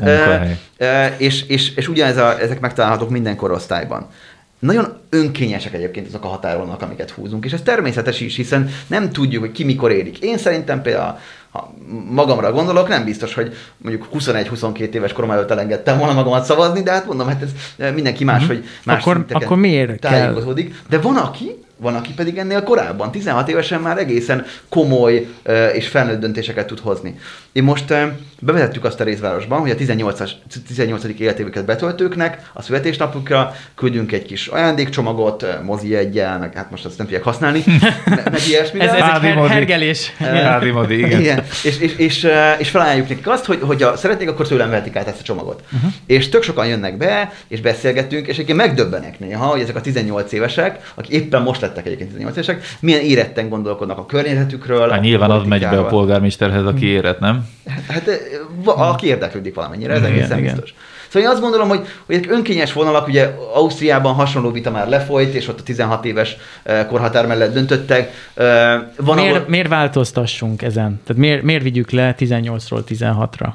és ugyanezek megtalálhatók minden korosztályban. Nagyon önkényesek egyébként azok a határvonalak, amiket húzunk, és ez természetes is, hiszen nem tudjuk, hogy ki mikor érik. Én szerintem például, ha magamra gondolok, nem biztos, hogy mondjuk 21-22 éves korom előtt elengedtem volna magamat szavazni, de hát mondom, hát ez mindenki más, hogy más akkor miért tájékozódik. Kell? De van, aki pedig ennél korábban, 16 évesen már egészen komoly és felnőtt döntéseket tud hozni. Én most bevezettük azt a részvárosban, hogy a 18. életévüket betöltőknek a születésnapukra küldünk egy kis ajándékcsomagot, mozi jeggyel, meg hát most azt nem tudják használni, meg ilyesmire. Ez egy hergelés. Ádimodi, igen. Igen. És felajánljuk nekik azt, hogy ha szeretnék, akkor tőlem vehetik át ezt a csomagot. És tök sokan jönnek be, és beszélgetünk, és egyébként megdöbbenek néha, hogy ezek a 18 évesek, akik éppen most lettek egyébként 18 évesek, milyen éretten gondolkodnak a környezetükről. Hát nyilván az megy be a polgármesterhez, aki érett, nem? Hát aki érdeklődik valamennyire, ez egészen biztos. Szóval én azt gondolom, hogy önkényes vonalak, ugye Ausztriában hasonló vita már lefolyt, és ott a 16 éves korhatár mellett döntöttek. Miért változtassunk ezen? Tehát miért vigyük le 18-ról 16-ra?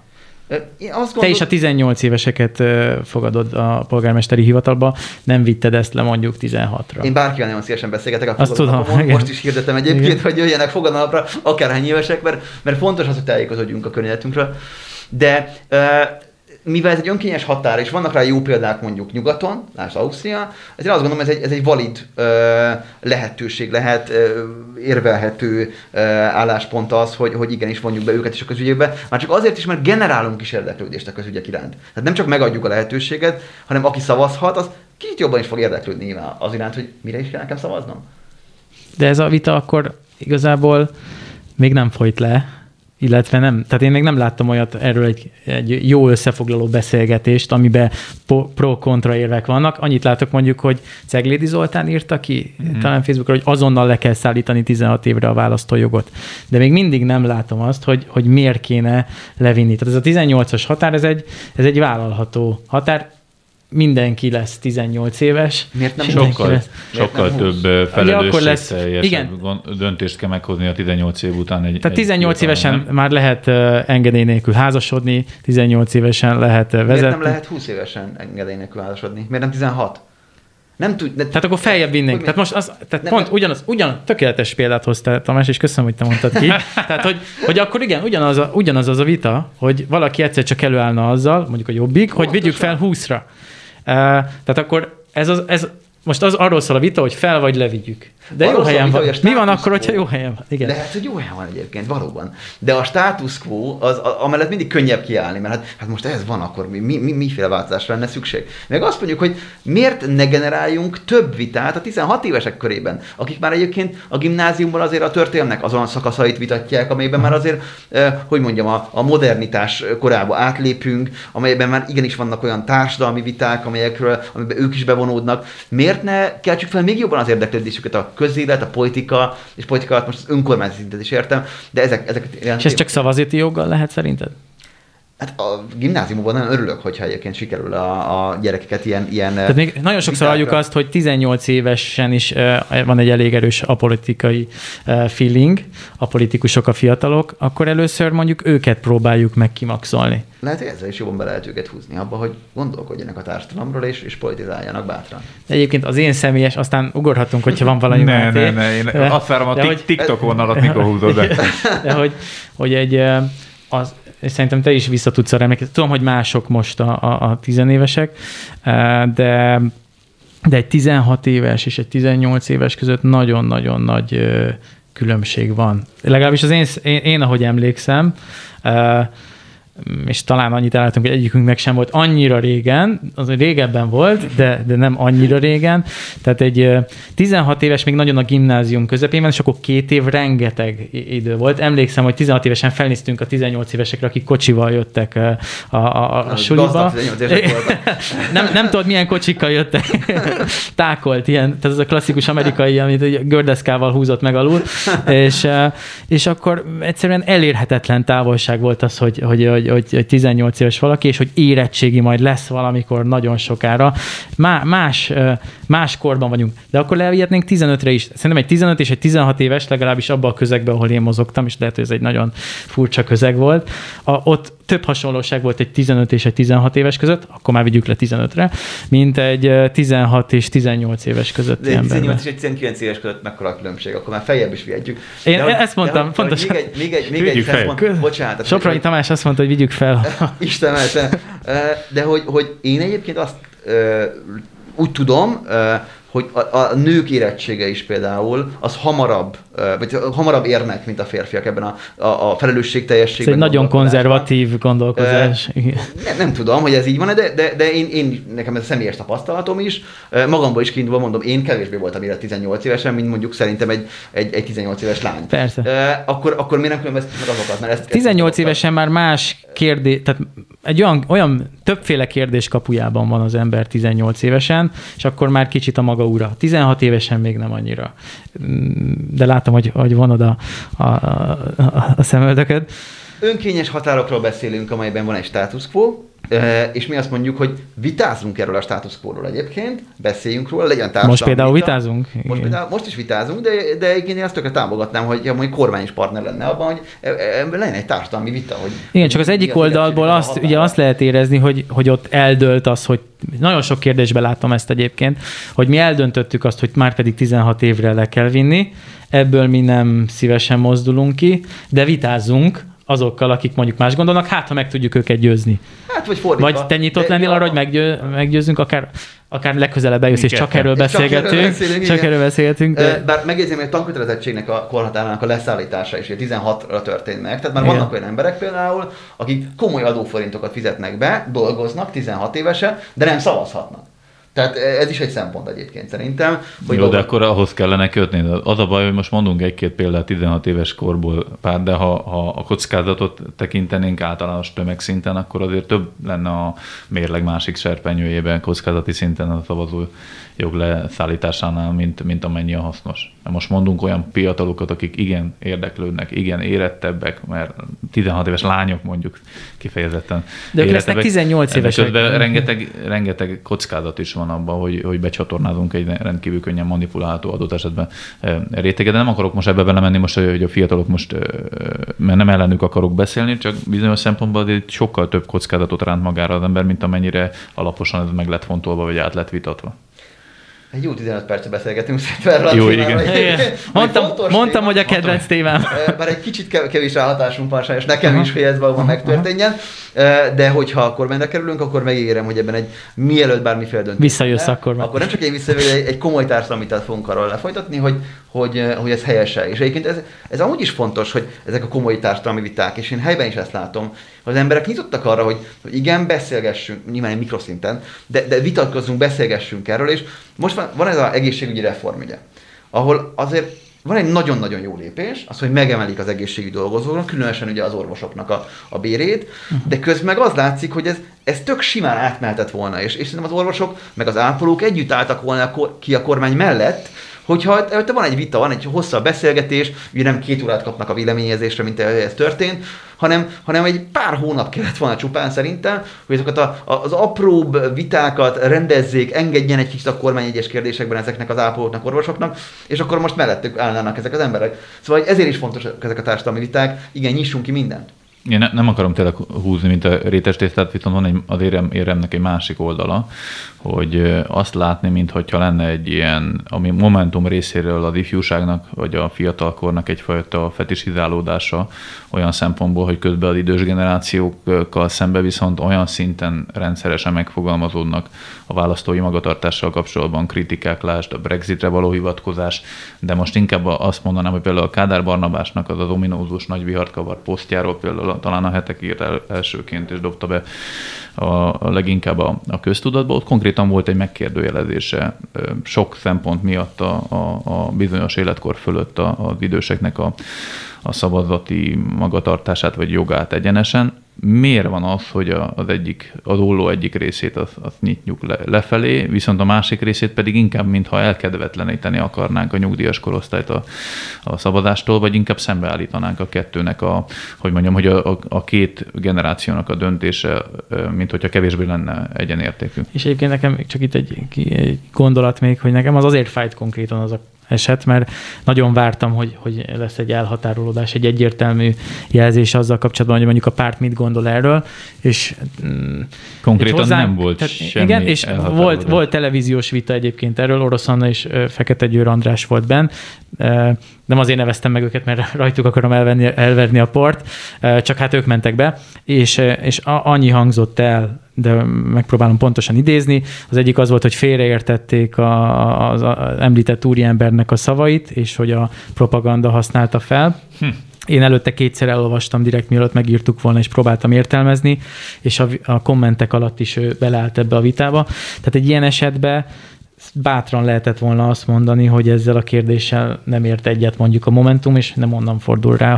Te is a 18 éveseket fogadod a polgármesteri hivatalba, nem vitted ezt le mondjuk 16-ra. Én bárkivel nagyon szívesen beszélgetek a fogadalapon. Most is hirdetem egyébként, igen, hogy jöjjenek fogadalapra akárhány évesek, mert fontos az, hogy tájékozódjunk a környezetünkről. De mivel ez egy önkényes határ, és vannak rá jó példák mondjuk nyugaton, lásd Ausztria, ezért azt gondolom, ez egy valid lehetőség lehet, érvelhető álláspont az, hogy igenis vonjuk be őket is a közügyekbe, már csak azért is, mert generálunk is érdeklődést a közügyek iránt. Tehát nem csak megadjuk a lehetőséget, hanem aki szavazhat, az kicsit jobban is fog érdeklődni az iránt, hogy mire is kell nekem szavaznom. De ez a vita akkor igazából még nem folyt le, illetve nem. Tehát én még nem láttam olyat erről egy jó összefoglaló beszélgetést, amiben pro-kontra érvek vannak. Annyit látok mondjuk, hogy Ceglédi Zoltán írta ki talán Facebookra, hogy azonnal le kell szállítani 16 évre a választójogot. De még mindig nem látom azt, hogy miért kéne levinni. Tehát ez a 18-as határ, ez egy vállalható határ. Mindenki lesz 18 éves. Miért nem sokkal több felelősségteljesebb döntést kell meghozni a 18 év után. Tehát 18 évesen már lehet engedély nélkül házasodni, 18 évesen lehet vezetni. Miért nem lehet 20 évesen engedély nélkül házasodni? Miért nem 16? Tehát akkor feljebb vinnénk. Tehát most pont ugyanaz, tökéletes példát hoztál, Tamás, és köszönöm, hogy te mondtad ki. Tehát, hogy akkor igen, ugyanaz az a vita, hogy valaki egyszer csak előállna azzal, mondjuk a Jobbik, hogy vigyük fel 20-ra. Tehát akkor ez most arról szól a vita, hogy fel vagy levigyük. De arról jó helyen van. Mi van akkor, hogyha jó helyen van? Igen. Lehet, hogy jó helyen van egyébként, valóban. De a status quo, amellett mindig könnyebb kiállni, mert hát most ez van, akkor miféle változásra lenne szükség. Meg azt mondjuk, hogy miért ne generáljunk több vitát a 16 évesek körében, akik már egyébként a gimnáziumban azért a történelmnek azon szakaszait vitatják, amelyben már azért, hogy mondjam, a modernitás korába átlépünk, amelyben már igenis vannak olyan társadalmi viták, amiben ők is bevonódnak. Miért ne keltsük fel még jobban az érdeklődésüket a közélet, a politika, és politika alatt most az önkormányzati szintet is értem, de ezeket... És ez csak szavazati joggal lehet szerinted? Hát a gimnáziumban nagyon örülök, hogyha egyébként sikerül a gyerekeket ilyen Tehát még nagyon sokszor halljuk azt, hogy 18 évesen is van egy elég erős apolitikai feeling, a politikusok, a fiatalok, akkor először mondjuk őket próbáljuk meg kimaxolni. Lehet, hogy ezzel is jobban be lehet őket húzni abba, hogy gondolkodjanak a társadalomról, és politizáljanak bátran. De egyébként az én személyes, aztán ugorhatunk, hogyha van valami Ne, én azt várom a TikTok vonalat, mikor húzod be. De hogy és szerintem te is vissza tudsz arra emlékezni. Tudom, hogy mások most a tizenévesek, de egy 16 éves és egy 18 éves között nagyon-nagyon nagy különbség van. Legalábbis én ahogy emlékszem, és talán annyit ellátunk, hogy egyikünknek sem volt annyira régen, az régebben volt, de nem annyira régen. Tehát egy 16 éves még nagyon a gimnázium közepén van, és akkor 2 év rengeteg idő volt. Emlékszem, hogy 16 évesen felnéztünk a 18 évesekre, akik kocsival jöttek a suliba. Nem tudod, milyen kocsikkal jöttek. Tákolt ilyen, tehát ez a klasszikus amerikai, amit gördeszkával húzott meg alul. És akkor egyszerűen elérhetetlen távolság volt az, hogy 18 éves valaki, és hogy érettségi majd lesz valamikor nagyon sokára. Más korban vagyunk. De akkor levihetnénk 15-re is. Szerintem egy 15 és egy 16 éves, legalábbis abban a közegben, ahol én mozogtam, és lehet, hogy ez egy nagyon furcsa közeg volt. Ott több hasonlóság volt egy 15 és egy 16 éves között, akkor már vigyük le 15-re, mint egy 16 és 18 éves között. De 18 és egy 19 éves között mekkora különbség, akkor már feljebb is vihetjük. Én ezt mondtam, pontosan. Még egy szempont, bocsánat. Sopronyi Tamás azt mondta, hogy vigyük fel. Istenem, de hogy én egyébként azt úgy tudom, hogy a nők érettsége is például, az hamarabb érnek, mint a férfiak ebben a felelősségteljességben. Ez egy nagyon konzervatív gondolkozás. Nem tudom, hogy ez így van, de nekem ez a személyes tapasztalatom is. Magamból is kiindulva mondom, én kevésbé voltam élet 18 évesen, mint mondjuk szerintem egy 18 éves lány. Persze. Akkor miért nem különböztetünk meg azokat? Mert 18 évesen már más kérdés, tehát egy olyan többféle kérdés kapujában van az ember 18 évesen, és akkor már kicsit a maga ura. 16 évesen még nem annyira. De látom, hogy vonod a szemöldököd. Önkényes határokról beszélünk, amelyben van egy status quo, és mi azt mondjuk, hogy vitázunk erről a status quo-ról egyébként, beszéljünk róla, legyen társadalmi Most például vitázunk? Most is vitázunk, de én azt tökre támogatnám, hogy mondjuk kormány is partner lenne abban, hogy legyen egy társadalmi vita. Hogy igen, csak az egyik oldalból azt lehet érezni, hogy ott eldőlt az, hogy nagyon sok kérdésben látom ezt egyébként, hogy mi eldöntöttük azt, hogy már pedig 16 évre le kell vinni, ebből mi nem szívesen mozdulunk ki, de vitázzunk azokkal, akik mondjuk más gondolnak, ha meg tudjuk őket győzni. Hát, vagy fordítva. Vagy te nyitott lennél arra, hogy meggyőzzünk, akár legközelebb eljössz, és csak erről beszélgetünk. Bár megjegyzem, hogy a tankötelezettségnek a korhatárának a leszállítása is 16-ra történt meg. Tehát már vannak olyan emberek például, akik komoly adóforintokat fizetnek be, dolgoznak 16 évesen, de nem szavazhatnak. Tehát ez is egy szempont egyébként szerintem. Hogy jó, de akkor ahhoz kellene kötni. Az a baj, hogy most mondunk egy-két példát 16 éves korból pár, de ha a kockázatot tekintenénk általános tömegszinten, akkor azért több lenne a mérleg másik serpenyőjében kockázati szinten a szavazó jog leszállításánál, mint amennyi a hasznos. Most mondunk olyan fiatalokat, akik igen érdeklődnek, igen érettebbek, mert 16 éves lányok mondjuk kifejezetten de ők lesznek 18 évesek. Rengeteg kockázat is van abban, hogy becsatornázunk egy rendkívül könnyen manipulálható adott esetben réteget. De nem akarok most ebbe belemenni, most, hogy a fiatalok most, mert nem ellenük akarok beszélni, csak bizonyos szempontból sokkal több kockázatot ránt magára az ember, mint amennyire alaposan ez meg lett fontolva, vagy át lett vitatva. Egy jó 15 percet beszélgetünk szerintem. Jó, igen. Mondtam, hogy a kedvenc témám. Bár egy kicsit kevés ráhatásunk van sajnos nekem is, hogy ez valóban megtörténjen, de hogyha akkor benne kerülünk, akkor megígérem, hogy ebben mielőtt bármiféle döntés. Visszajössz akkor. Akkor nem csak én visszajövök, egy komoly társadalmi vitát fogunk arról lefolytatni, hogy ez helyese. És egyébként ez amúgy is fontos, hogy ezek a komoly társadalmi viták, és én helyben is ezt látom, hogy az emberek nyitottak arra, hogy igen, beszélgessünk, nyilván egy mikroszinten, de vitatkozzunk, beszélgessünk erről, és most van ez az egészségügyi reform, ugye, ahol azért van egy nagyon-nagyon jó lépés, az, hogy megemelik az egészségügyi dolgozóknak, különösen ugye az orvosoknak a bérét, de közben meg az látszik, hogy ez tök simán átmehetett volna, és szerintem az orvosok, meg az ápolók együtt álltak volna ki a kormány mellett, hogyha van egy vita, van egy hosszabb beszélgetés, ugye nem 2 órát kapnak a véleményezésre, mint ez történt, hanem egy pár hónap kellett volna csupán szerintem, hogy ezeket az apróbb vitákat rendezzék, engedjen egy kicsit a kormány egyes kérdésekben ezeknek az ápolóknak, orvosoknak, és akkor most mellettük állnának ezek az emberek. Szóval ezért is fontos ezek a társadalmi viták, igen, nyissunk ki mindent. Én nem akarom tényleg húzni, mint a rétes tésztát, viszont van az éremnek egy másik oldala, hogy azt látni, mintha lenne egy ilyen, ami Momentum részéről az ifjúságnak, vagy a fiatalkornak egyfajta fetisizálódása olyan szempontból, hogy közben az idős generációkkal szembe viszont olyan szinten rendszeresen megfogalmazódnak a választói magatartással kapcsolatban kritikák, lásd a Brexitre való hivatkozás, de most inkább azt mondanám, hogy például a Kádár Barnabásnak az ominózus nagy vihart kavart posztjáról például talán a Hetek írt elsőként és dobta be leginkább a köztudatba, ott konkrétan volt egy megkérdőjelezése sok szempont miatt a bizonyos életkor fölött az időseknek a szavazati magatartását vagy jogát egyenesen. Miért van az, hogy az olló egyik részét azt nyitjuk lefelé, viszont a másik részét pedig inkább, mintha elkedvetleníteni akarnánk a nyugdíjas korosztályt a szavazástól, vagy inkább szembeállítanánk a kettőnek hogy a két generációnak a döntése, mint hogyha kevésbé lenne egyenértékű. És egyébként nekem csak itt egy gondolat még, hogy nekem az azért fájt konkrétan az a eset, mert nagyon vártam, hogy lesz egy elhatárolódás, egy egyértelmű jelzés azzal kapcsolatban, hogy mondjuk a párt mit gondol erről, és konkrétan nem volt semmi. Igen, és volt televíziós vita egyébként erről, Orosz Anna és Fekete Győr András volt benn. Nem azért neveztem meg őket, mert rajtuk akarom elverni a port, csak hát ők mentek be, és annyi hangzott el, de megpróbálom pontosan idézni. Az egyik az volt, hogy félreértették az említett úriembernek a szavait, és hogy a propaganda használta fel. Én előtte 2-szer elolvastam direkt, mielőtt megírtuk volna, és próbáltam értelmezni, és a kommentek alatt is ő beleállt ebbe a vitába. Tehát egy ilyen esetben bátran lehetett volna azt mondani, hogy ezzel a kérdéssel nem ért egyet mondjuk a Momentum, és nem onnan fordul rá,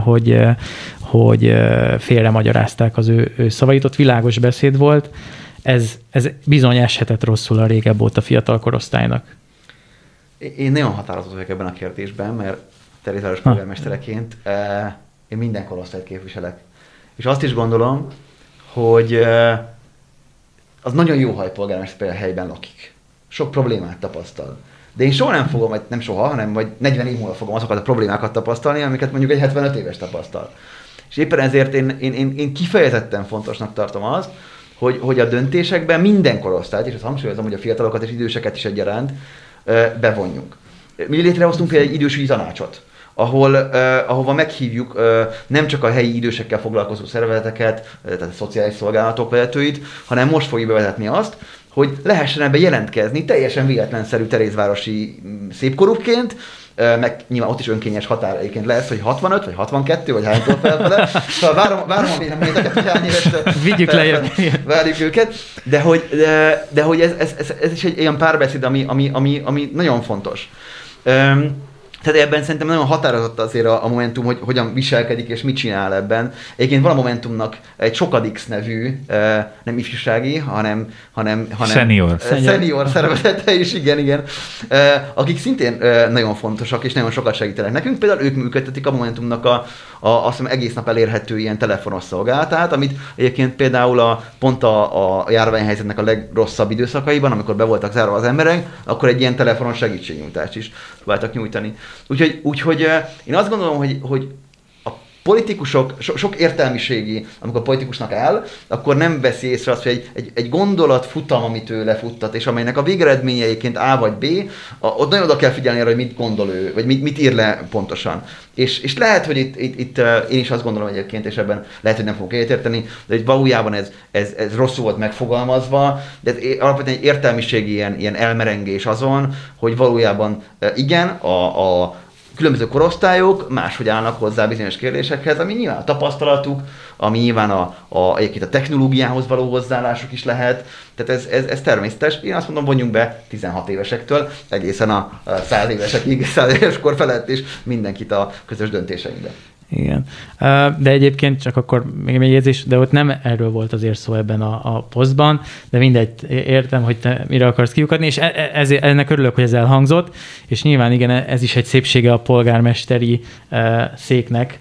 hogy félre magyarázták az ő szavait. Ott világos beszéd volt. Ez bizony eshetett rosszul a régebb óta fiatal korosztálynak. Én nagyon határozott vagyok ebben a kérdésben, mert Terézváros polgármestereként én minden korosztályt képviselek. És azt is gondolom, hogy az nagyon jó, ha egy polgármester például helyben lakik. Sok problémát tapasztal. De én soha nem fogom, vagy nem soha, hanem vagy 40 év múlva fogom azokat a problémákat tapasztalni, amiket mondjuk egy 75 éves tapasztal. És éppen ezért én kifejezetten fontosnak tartom azt, hogy a döntésekben minden korosztályt, és azt hangsúlyozom, hogy a fiatalokat és időseket is egyaránt bevonjunk. Mi létrehoztunk például egy idősügyi tanácsot, ahova meghívjuk nem csak a helyi idősekkel foglalkozó szervezeteket, tehát a szociális szolgálatok vezetőit, hanem most fogjuk bevezetni azt, hogy lehessen ebbe jelentkezni teljesen véletlenszerű terézvárosi szépkorúként, meg nyilván ott is önkényes határ egyébként lesz, hogy 65, vagy 62, vagy hánytól felfele. Szóval várom a véleményeket, hogy hány évesre vigyük lejjebb. Várjuk őket, de hogy ez is egy ilyen párbeszéd, ami nagyon fontos. Tehát ebben szerintem nagyon határozott azért a Momentum, hogy hogyan viselkedik és mit csinál ebben. Egyébként van a Momentumnak egy Sokadix nevű, nem ifjúsági, hanem senior szervezete is, igen. Akik szintén nagyon fontosak és nagyon sokat segítenek nekünk. Például ők működtetik a Momentumnak azt hiszem egész nap elérhető ilyen telefonos szolgálatát, amit egyébként például pont a járványhelyzetnek a legrosszabb időszakaiban, amikor be voltak zárva az emberek, akkor egy ilyen telefonos segítségnyújtást is próbáltak nyújtani. Úgyhogy én azt gondolom, hogy a politikusok, sok értelmiségi, amikor politikusnak áll, akkor nem veszi észre azt, hogy egy gondolat futam, amit ő lefuttat, és amelynek a végeredményeiként A vagy B, ott nagyon oda kell figyelni arra, hogy mit gondol ő, vagy mit ír le pontosan. És lehet, hogy itt én is azt gondolom egyébként, és ebben lehet, hogy nem fogok egyetérteni, de hogy valójában ez rosszul volt megfogalmazva, de ez alapvetően egy értelmiségi ilyen elmerengés azon, hogy valójában igen, a különböző korosztályok máshogy állnak hozzá bizonyos kérdésekhez, ami nyilván a tapasztalatuk, ami nyilván egyébként a technológiához való hozzáállásuk is lehet. Tehát ez természetes. Én azt mondom, vonjunk be 16 évesektől egészen a 100 évesekig, 100 éves kor felett is mindenkit a közös döntéseinkbe. Igen. De egyébként csak akkor még egy érzés, de ott nem erről volt azért szó ebben a posztban, de mindegy, értem, hogy te mire akarsz kiukadni, és ennek örülök, hogy ez elhangzott, és nyilván igen, ez is egy szépsége a polgármesteri széknek,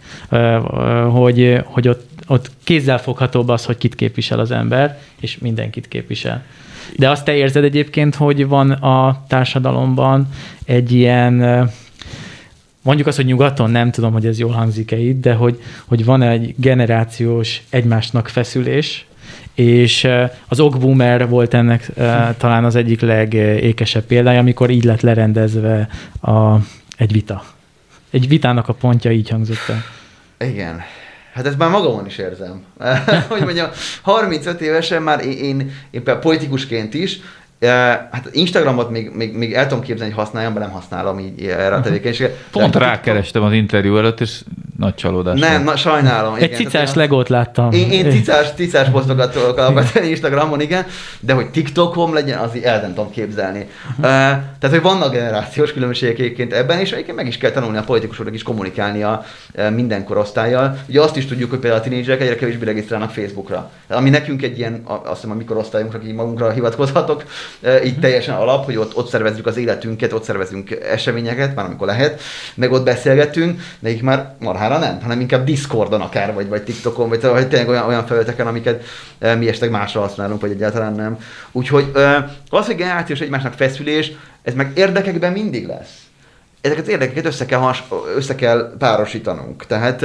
hogy ott kézzelfoghatóbb az, hogy kit képvisel az ember, és mindenkit képvisel. De azt te érzed egyébként, hogy van a társadalomban egy ilyen, mondjuk azt, hogy nyugaton, nem tudom, hogy ez jól hangzik-e itt, de hogy van egy generációs egymásnak feszülés, és az okboomer volt ennek talán az egyik legékesebb példája, amikor így lett lerendezve egy vita. Egy vitának a pontja így hangzott el. Igen. Hát ezt már magamon is érzem. Hogy mondjam, 35 évesen már én például politikusként is, hát Instagramot még el tudom képzelni, hogy használjam, de nem használom így erre a tevékenységet. Pont rákerestem az interjú előtt, és nagy csalódás. Nem, sajnálom. Egy cicás legót láttam. Én cicás posztokat tudok alapvetően Instagramon, igen, de hogy TikTokon legyen, az el nem tudom képzelni. Tehát, hogy vannak generációs különbségek egyébként ebben, és egyébként meg is kell tanulni a politikusoknak is kommunikálnia minden korosztállyal. Ugye azt is tudjuk, hogy például a tínédzserek egyre kevésbé regisztrálnak Facebookra. Ami nekünk egy ilyen, azt hiszem a mi korosztályunkra, akik magunkra hivatkozhatok, így teljesen alap, hogy ott szervezzük az életünket, ott szervezünk eseményeket, már amikor lehet, meg ott beszélgetünk, de így már marhára nem, hanem inkább Discordon akár, vagy TikTokon, vagy tényleg olyan felületeken, amiket mi esetleg másra használunk, vagy egyáltalán nem. Úgyhogy az, hogy generációs egymásnak feszülés, ez meg érdekekben mindig lesz. Ezeket az érdekeket össze kell párosítanunk. Tehát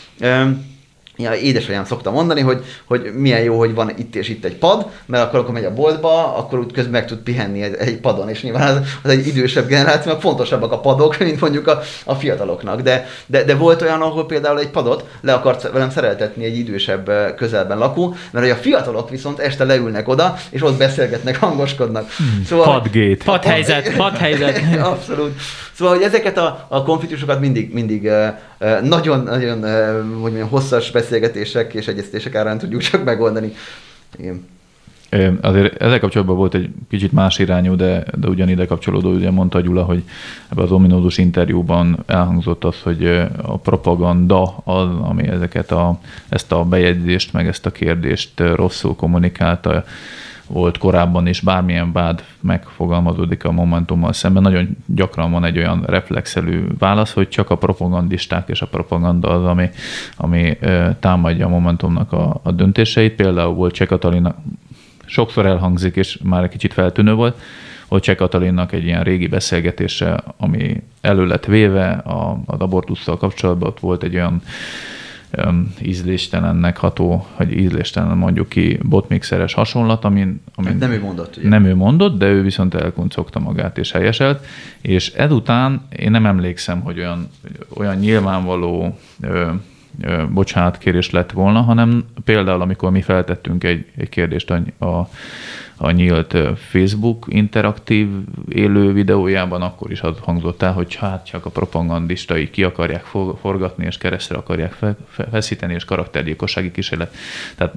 édesanyám szokta mondani, hogy milyen jó, hogy van itt és itt egy pad, mert akkor megy a boltba, akkor úgy közben meg tud pihenni egy padon, és nyilván az egy idősebb generáció, mert fontosabbak a padok, mint mondjuk a fiataloknak. De volt olyan, ahol például egy padot le akart velem szereltetni egy idősebb közelben lakó, mert hogy a fiatalok viszont este leülnek oda, és ott beszélgetnek, hangoskodnak. Szóval, Padgate. Padhelyzet. Abszolút. Szóval, hogy ezeket a konfliktusokat mindig nagyon hogy mondjam, hosszas beszélgetések és egyeztetések árán tudjuk csak megoldani. Igen. Azért ezzel kapcsolatban volt egy kicsit más irányú, de ugyanide kapcsolódó, ugye mondta Gyula, hogy ebben az ominózus interjúban elhangzott az, hogy a propaganda az, ami ezt a bejegyzést, meg ezt a kérdést rosszul kommunikálta, volt korábban is, bármilyen vád megfogalmazódik a Momentummal szemben. Nagyon gyakran van egy olyan reflexelő válasz, hogy csak a propagandisták és a propaganda az, ami támadja a Momentumnak a döntéseit. Például volt Cseh Katalinnak, sokszor elhangzik, és már egy kicsit feltűnő volt Cseh Katalinnak egy ilyen régi beszélgetése, ami elő lett véve az abortusszal kapcsolatban. Ott volt egy olyan ízléstelennek ható, vagy ízléstelen mondjuk ki botmixeres hasonlat, amin nem ő mondott, ugye? Nem ő mondott, de ő viszont elkuncogta magát és helyeselt, és ezután én nem emlékszem, hogy olyan nyilvánvaló bocsánatkérés lett volna, hanem például, amikor mi feltettünk egy kérdést a nyílt Facebook interaktív élő videójában, akkor is az hangzott el, hogy hát csak a propagandistai ki akarják forgatni, és keresztre akarják feszíteni, és karaktergyilkossági kísérlet. Tehát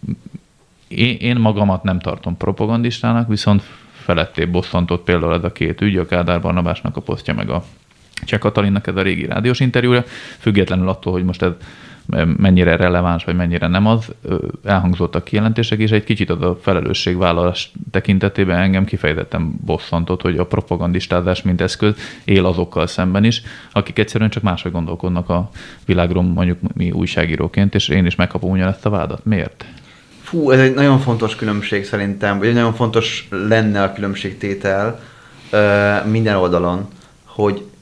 én magamat nem tartom propagandistának, viszont felettébb bosszantott például ez a két ügy, a Kádár Barnabásnak a posztja, meg a Cseh Katalinnak ez a régi rádiós interjúja, függetlenül attól, hogy most ez mennyire releváns, vagy mennyire nem az, elhangzottak kijelentések, és egy kicsit az a felelősségvállalás tekintetében engem kifejezetten bosszantott, hogy a propagandistázás mint eszköz él azokkal szemben is, akik egyszerűen csak máshogy gondolkodnak a világról, mondjuk mi újságíróként, és én is megkapom ugyanezt a vádat. Miért? Fú, ez egy nagyon fontos különbség szerintem, vagy nagyon fontos lenne a különbségtétel minden oldalon, hogy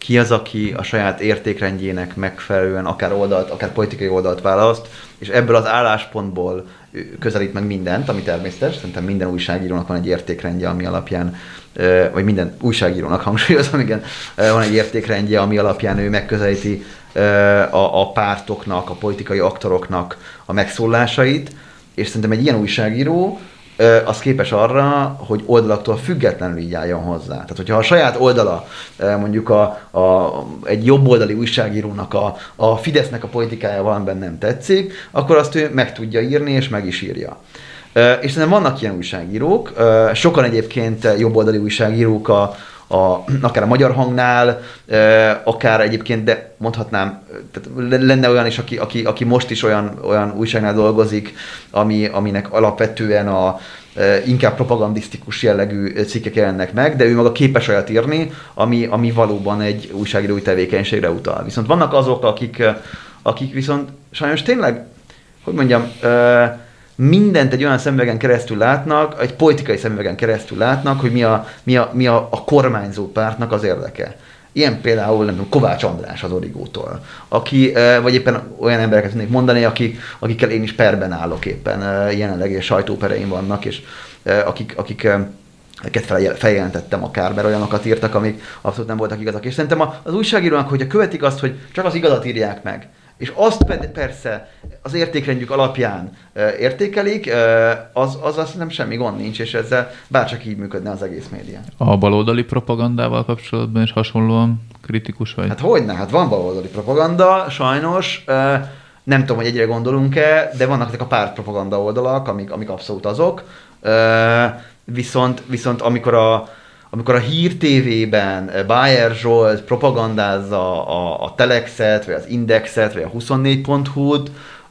ki az, aki a saját értékrendjének megfelelően akár oldalt, akár politikai oldalt választ, és ebből az álláspontból közelít meg mindent, ami természetes. Szerintem minden újságírónak van egy értékrendje, ami alapján, vagy minden újságírónak hangsúlyozom, igen, van egy értékrendje, ami alapján ő megközelíti a pártoknak, a politikai aktoroknak a megszólásait, és szerintem egy ilyen újságíró az képes arra, hogy oldalaktól függetlenül így álljon hozzá. Tehát, hogyha a saját oldala, mondjuk egy jobboldali újságírónak a Fidesznek a politikája valamiben nem tetszik, akkor azt ő meg tudja írni, és meg is írja. És szerintem vannak ilyen újságírók, sokan egyébként jobboldali újságírók akár a Magyar Hangnál, akár egyébként, de mondhatnám, tehát lenne olyan is, aki most is olyan újságnál dolgozik, aminek alapvetően inkább propagandisztikus jellegű cikkek jelennek meg, de ő maga képes olyat írni, ami valóban egy újságírói tevékenységre utal. Viszont vannak azok, akik viszont sajnos tényleg, hogy mondjam, mindent egy olyan szemüvegen keresztül látnak, egy politikai szemüvegen keresztül látnak, hogy mi a kormányzó pártnak az érdeke. Ilyen például nem tudom, Kovács András az Origótól, vagy éppen olyan embereket tudnék mondani, akikkel én is perben állok éppen, jelenleg sajtópereim vannak, és akiket feljelentettem akár, mert olyanokat írtak, amik abszolút nem voltak igazak. És szerintem az újságírónak, hogyha követik azt, hogy csak az igazat írják meg, és azt persze az értékrendjük alapján értékelik, az nem semmi gond nincs, és ezzel bárcsak így működne az egész média. A baloldali propagandával kapcsolatban is hasonlóan kritikus vagy? Hát hogyne, hát van baloldali propaganda, sajnos. Nem tudom, hogy egyre gondolunk-e, de vannak ezek a pártpropaganda oldalak, amik abszolút azok. Viszont amikor a Hír TV-ben Bayer Zsolt propagandázza a Telexet, vagy az Indexet, vagy a 24.hu-t,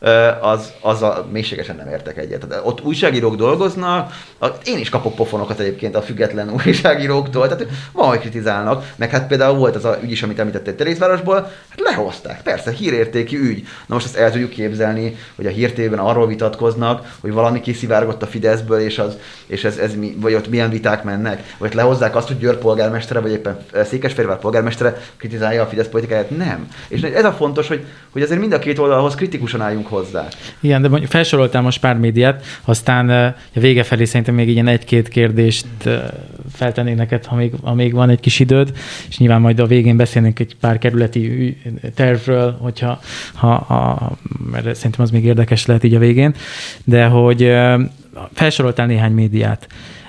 az mélységesen nem értek egyet. Tehát ott újságírók dolgoznak, én is kapok pofonokat egyébként a független újságíróktól, tehát van, hogy kritizálnak, meg hát például volt az a ügy is, amit említettél Terézvárosból, hát lehozták, persze, hírértékű ügy. Na most azt el tudjuk képzelni, hogy a Hír TV-ben arról vitatkoznak, hogy valami kiszivárgott a Fideszből, és ez vagy ott milyen viták mennek, vagy lehozzák azt, hogy Győr polgármestere, vagy éppen Székesfehérvár polgármestere kritizálja a Fidesz politikáját, nem. És ez a fontos, hogy azért mind a két oldalhoz kritikusan álljunk hozzá. Igen, de felsoroltál most pár médiát, aztán a vége felé szerintem még ilyen egy-két kérdést feltennék neked, ha még van egy kis időd, és nyilván majd a végén beszélnénk egy pár kerületi tervről, mert szerintem az még érdekes lehet így a végén, de hogy felsoroltál néhány médiát.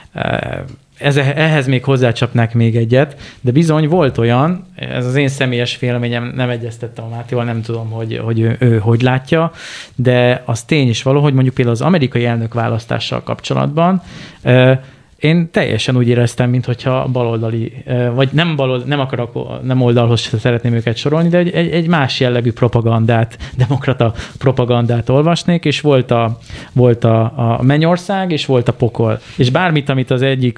Ehhez még hozzácsapnák még egyet, de bizony volt olyan, ez az én személyes véleményem, nem egyeztettem a Mátéval, nem tudom, hogy ő hogy látja, de az tény is való, hogy mondjuk például az amerikai elnökválasztással kapcsolatban én teljesen úgy éreztem, mintha baloldali, vagy nem oldalhoz szeretném őket sorolni, de egy más jellegű propagandát, demokrata propagandát olvasnék, és volt a Mennyország, és volt a pokol. És bármit, amit az egyik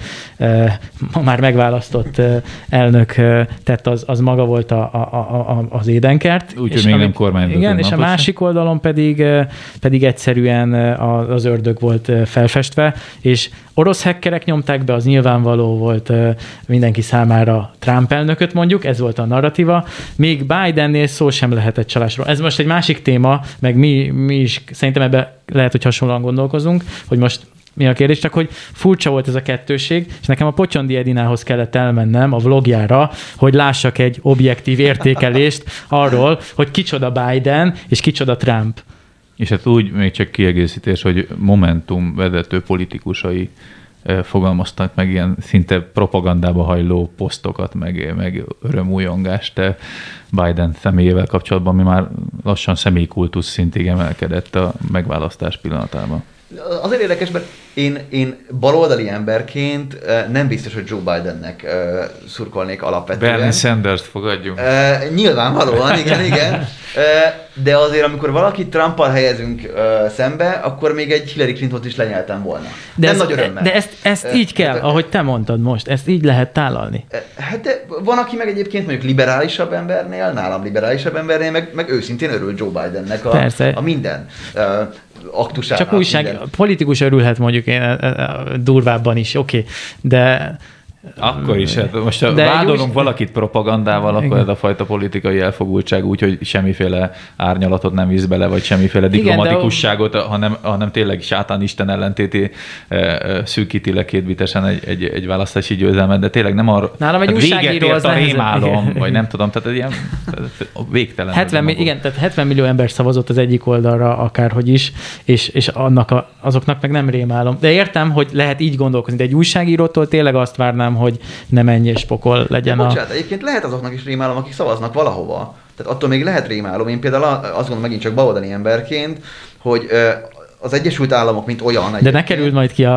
már megválasztott elnök tett, az maga volt az édenkert. Úgyhogy még nem kormányzó. Igen, és a másik oldalon pedig egyszerűen az ördög volt felfestve, és orosz hackerek nyomták be, az nyilvánvaló volt mindenki számára Trump elnököt mondjuk, ez volt a narratíva, még Bidennél szó sem lehetett csalásról. Ez most egy másik téma, meg mi is szerintem ebben lehet, hogy hasonlóan gondolkozunk, hogy most mi a kérdés, csak hogy furcsa volt ez a kettőség, és nekem a Pocsondi Edinához kellett elmennem a vlogjára, hogy lássak egy objektív értékelést arról, hogy kicsoda Biden és kicsoda Trump. És hát úgy még csak kiegészítés, hogy Momentum vezető politikusai fogalmaztak meg ilyen szinte propagandába hajló posztokat, meg örömújongást Biden személyével kapcsolatban, ami már lassan személykultusz szintig emelkedett a megválasztás pillanatában. Azért érdekes, mert én baloldali emberként nem biztos, hogy Joe Bidennek szurkolnék alapvetően. Bernie Sanders-t fogadjunk. Nyilvánvalóan, igen. De azért, amikor valakit Trumpal helyezünk szembe, akkor még egy Hillary Clintont is lenyeltem volna. De nagy örömmel. De ezt így kell, ahogy te mondtad most, ezt így lehet tálalni. Hát de van, aki meg egyébként mondjuk liberálisabb embernél, nálam liberálisabb embernél, meg őszintén örül Joe Bidennek a minden aktusának. Csak politikus örülhet mondjuk én durvábban is, oké. De Akkor is, hát most ha vádolunk valakit propagandával, akkor ez a fajta politikai elfogultság úgy, hogy semmiféle árnyalatot nem visz bele, vagy semmiféle diplomatikusságot, hanem tényleg sátán Isten ellentéti szűkíti le kétbitesen egy választási győzelmet, de tényleg nem arra... Nálam egy újságíró az a rémálom, vagy nem tudom, tehát ilyen végtelen. 70 millió ember szavazott az egyik oldalra akárhogy is, és azoknak meg nem rémálom. De értem, hogy lehet így gondolkozni, de egy újságírótól tényleg azt várnám, hogy ne menj és pokol legyen. Bocsánat, egyébként lehet azoknak is rémálom, akik szavaznak valahova. Tehát attól még lehet rémálom. Én például azt gondolom megint csak baloldali emberként, hogy az Egyesült Államok, mint olyan... De ne kerüld majd ki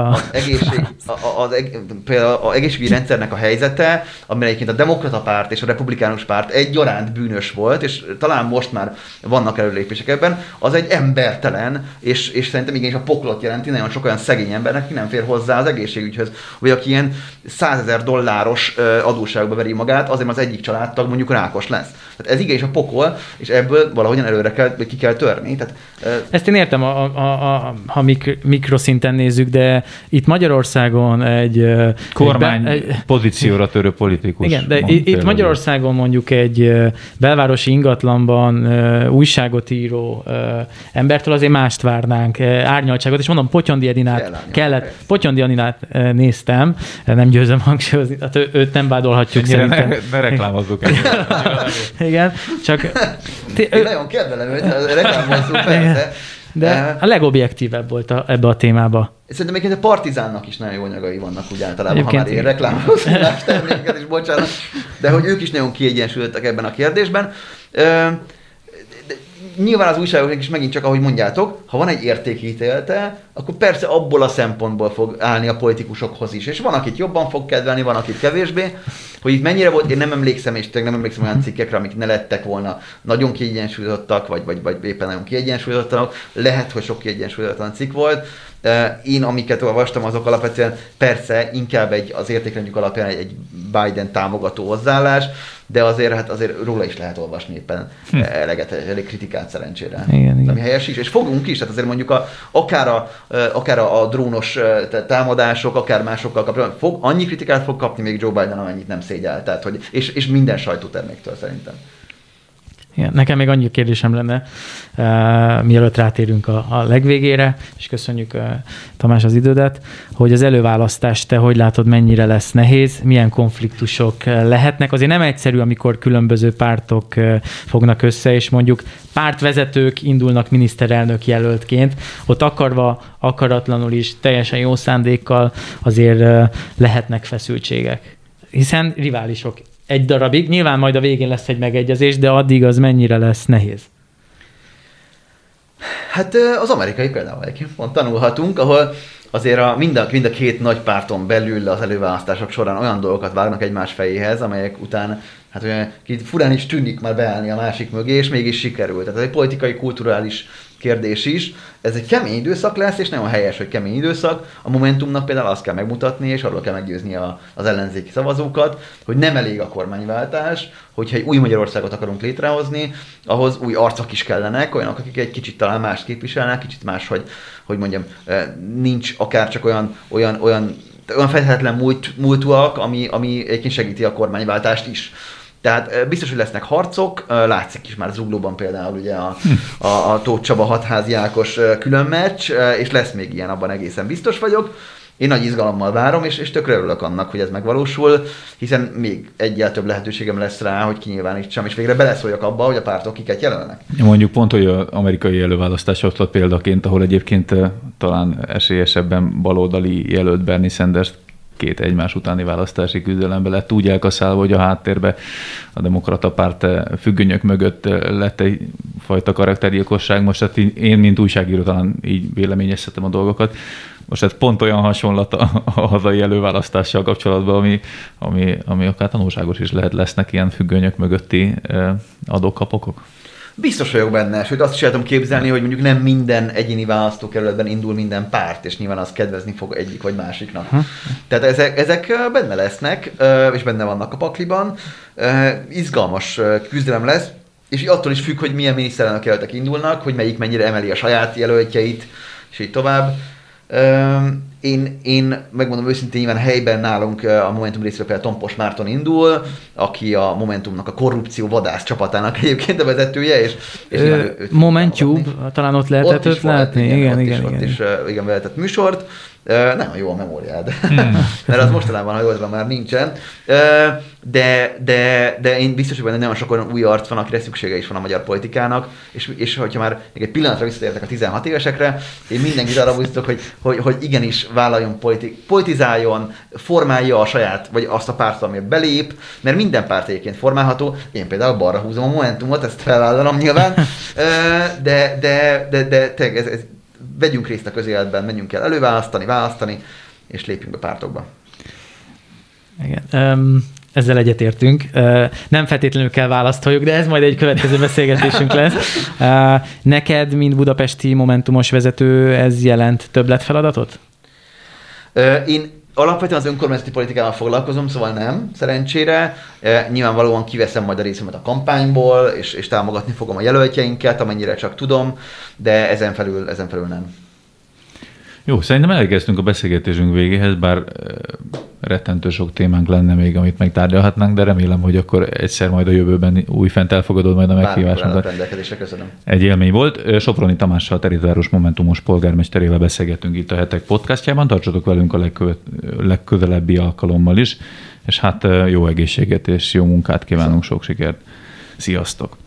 például az egészségügyi rendszernek a helyzete, amire egyébként a Demokrata Párt és a Republikánus Párt egyaránt bűnös volt, és talán most már vannak előlépések ebben, az egy embertelen, és szerintem igenis a poklot jelenti nagyon sok olyan szegény embernek, ki nem fér hozzá az egészségügyhöz, vagy aki ilyen $100,000 adósságba veri magát, azért az egyik családtag mondjuk rákos lesz. Tehát ez igenis a pokol, és ebből valahogyan előre ki kell törni. Tehát, ezt én értem, ha mikroszinten nézzük, de itt Magyarországon egy pozícióra törő politikus. Igen, de itt Magyarországon mondjuk egy belvárosi ingatlanban újságot író embertől azért mást várnánk, árnyaltságot, és mondom, Potyondi Edinát kellett. Potyondi Edinát néztem, nem győzöm hangsúlyozni, hát őt nem vádolhatjuk szerintem. Ne reklámozzuk el. Igen, csak... Én nagyon kedvelem őt, reklámozzuk persze. De a legobjektívebb volt ebbe a témába. Szerintem egyébként a Partizánnak is nagyon jó anyagai vannak úgy általában, egyébként ha már én reklámozom más terméket is, bocsánat, de hogy ők is nagyon kiegyensúlyozottak ebben a kérdésben. Nyilván az újságoknak is megint csak, ahogy mondjátok, ha van egy értékítélete, akkor persze abból a szempontból fog állni a politikusokhoz is. És van, akit jobban fog kedvelni, van, akit kevésbé. Hogy itt mennyire volt, én nem emlékszem, és nem emlékszem olyan cikkekre, amik ne lettek volna nagyon kiegyensúlyozottak, vagy éppen nagyon kiegyensúlyozottak. Lehet, hogy sok kiegyensúlyozatlan cikk volt. Én, amiket olvastam, azok alapvetően persze inkább az értékrendjük alapján egy Biden támogató hozzáállás, de azért róla is lehet olvasni éppen elég kritikát szerencsére. Igen. Ami helyes is, és fogunk is, tehát azért mondjuk akár a drónos támadások, akár másokkal kapcsolatban annyi kritikát fog kapni még Joe Biden, amennyit nem szégyel, tehát, hogy, és minden sajtóterméktől szerintem. Igen, nekem még annyi kérdésem lenne, mielőtt rátérünk a legvégére, és köszönjük Tamás az idődet, hogy az előválasztást te hogy látod, mennyire lesz nehéz, milyen konfliktusok lehetnek. Azért nem egyszerű, amikor különböző pártok fognak össze, és mondjuk pártvezetők indulnak miniszterelnök jelöltként, ott akarva, akaratlanul is, teljesen jó szándékkal azért lehetnek feszültségek. Hiszen riválisok. Egy darabig. Nyilván majd a végén lesz egy megegyezés, de addig az mennyire lesz nehéz? Hát az amerikai például egyébként pont tanulhatunk, ahol azért mind a két nagy párton belül az előválasztások során olyan dolgokat vágnak egymás fejéhez, amelyek után hát olyan furán is tűnik már beállni a másik mögé, és mégis sikerült. Tehát ez egy politikai, kulturális kérdés is. Ez egy kemény időszak lesz, és nagyon helyes, hogy kemény időszak. A Momentumnak például azt kell megmutatni, és arról kell meggyőzni az ellenzéki szavazókat, hogy nem elég a kormányváltás, hogyha egy új Magyarországot akarunk létrehozni, ahhoz új arcok is kellenek, olyanok, akik egy kicsit talán mást képviselnek, kicsit más, hogy mondjam, nincs akár csak olyan fedhetetlen múltúak, ami egyébként segíti a kormányváltást is. Tehát biztos, hogy lesznek harcok, látszik is már Zuglóban például ugye a Tóth Csaba Hatházi Ákos különmeccs, és lesz még ilyen, abban egészen biztos vagyok. Én nagy izgalommal várom, és tökre örülök annak, hogy ez megvalósul, hiszen még egyel több lehetőségem lesz rá, hogy kinyilvánítsam, és végre beleszóljak abba, hogy a pártok kiket jelölnek. Mondjuk pont, hogy az amerikai előválasztás ott példaként, ahol egyébként talán esélyesebben baloldali jelölt Bernie Sanders két egymás utáni választási küzdelembe lett úgy elkaszálva, hogy a háttérbe a Demokrata Párt függönyök mögött lett egy fajta karaktergyilkosság. Most hát én, mint újságíró, talán így véleményezhetem a dolgokat. Most ez pont olyan hasonlat a hazai előválasztással kapcsolatban, ami akár tanulságos is lesznek ilyen függönyök mögötti adókapokok. Biztos vagyok benne, sőt azt is el tudom képzelni, hogy mondjuk nem minden egyéni választókerületben indul minden párt, és nyilván az kedvezni fog egyik vagy másiknak. Tehát ezek benne lesznek, és benne vannak a pakliban. Izgalmas küzdelem lesz, és attól is függ, hogy milyen miniszterelnök jelöltek indulnak, hogy melyik mennyire emeli a saját jelöltjeit, és így tovább. Én megmondom őszintén, nyilván helyben nálunk a Momentum részéről például Tompos Márton indul, aki a Momentumnak a korrupció vadász csapatának egyébként a vezetője, és Momentum, talán ott lehetett őt látni. Igen, vezetett műsort. Nem jó a memóriád, mert az mostanában, ha jól már nincsen. De én biztos, hogy nagyon sok olyan új arc van, akire szüksége is van a magyar politikának, és hogyha már még egy pillanatra visszatértek a 16 évesekre, én mindenkit arra buzdítok, hogy igenis vállaljon politizáljon, formálja a saját, vagy azt a pártot, amiért belép, mert minden párt egyébként formálható. Én például balra húzom a Momentumot, ezt felvállalom nyilván, de ez vegyünk részt a közéletben, menjünk el választani, és lépjünk be pártokba. Igen. Ezzel egyetértünk. Nem feltétlenül kell választoljuk, de ez majd egy következő beszélgetésünk lesz. Neked, mint budapesti Momentumos vezető, ez jelent többletfeladatot? Én alapvetően az önkormányzati politikával foglalkozom, szóval nem, szerencsére. Nyilvánvalóan kiveszem majd a részemet a kampányból, és támogatni fogom a jelöltjeinket, amennyire csak tudom, de ezen felül nem. Jó, szerintem elérkeztünk a beszélgetésünk végéhez, bár rettentő sok témánk lenne még, amit megtárgyalhatnánk, de remélem, hogy akkor egyszer majd a jövőben újfent elfogadod majd a meghívásunkat. Rendelkezésre, köszönöm. Egy élmény volt. Soproni Tamással, Terézváros Momentumos polgármesterével beszélgetünk itt a Hetek podcastjában. Tartsatok velünk a legközelebbi alkalommal is, és hát jó egészséget és jó munkát kívánunk, sok sikert. Sziasztok!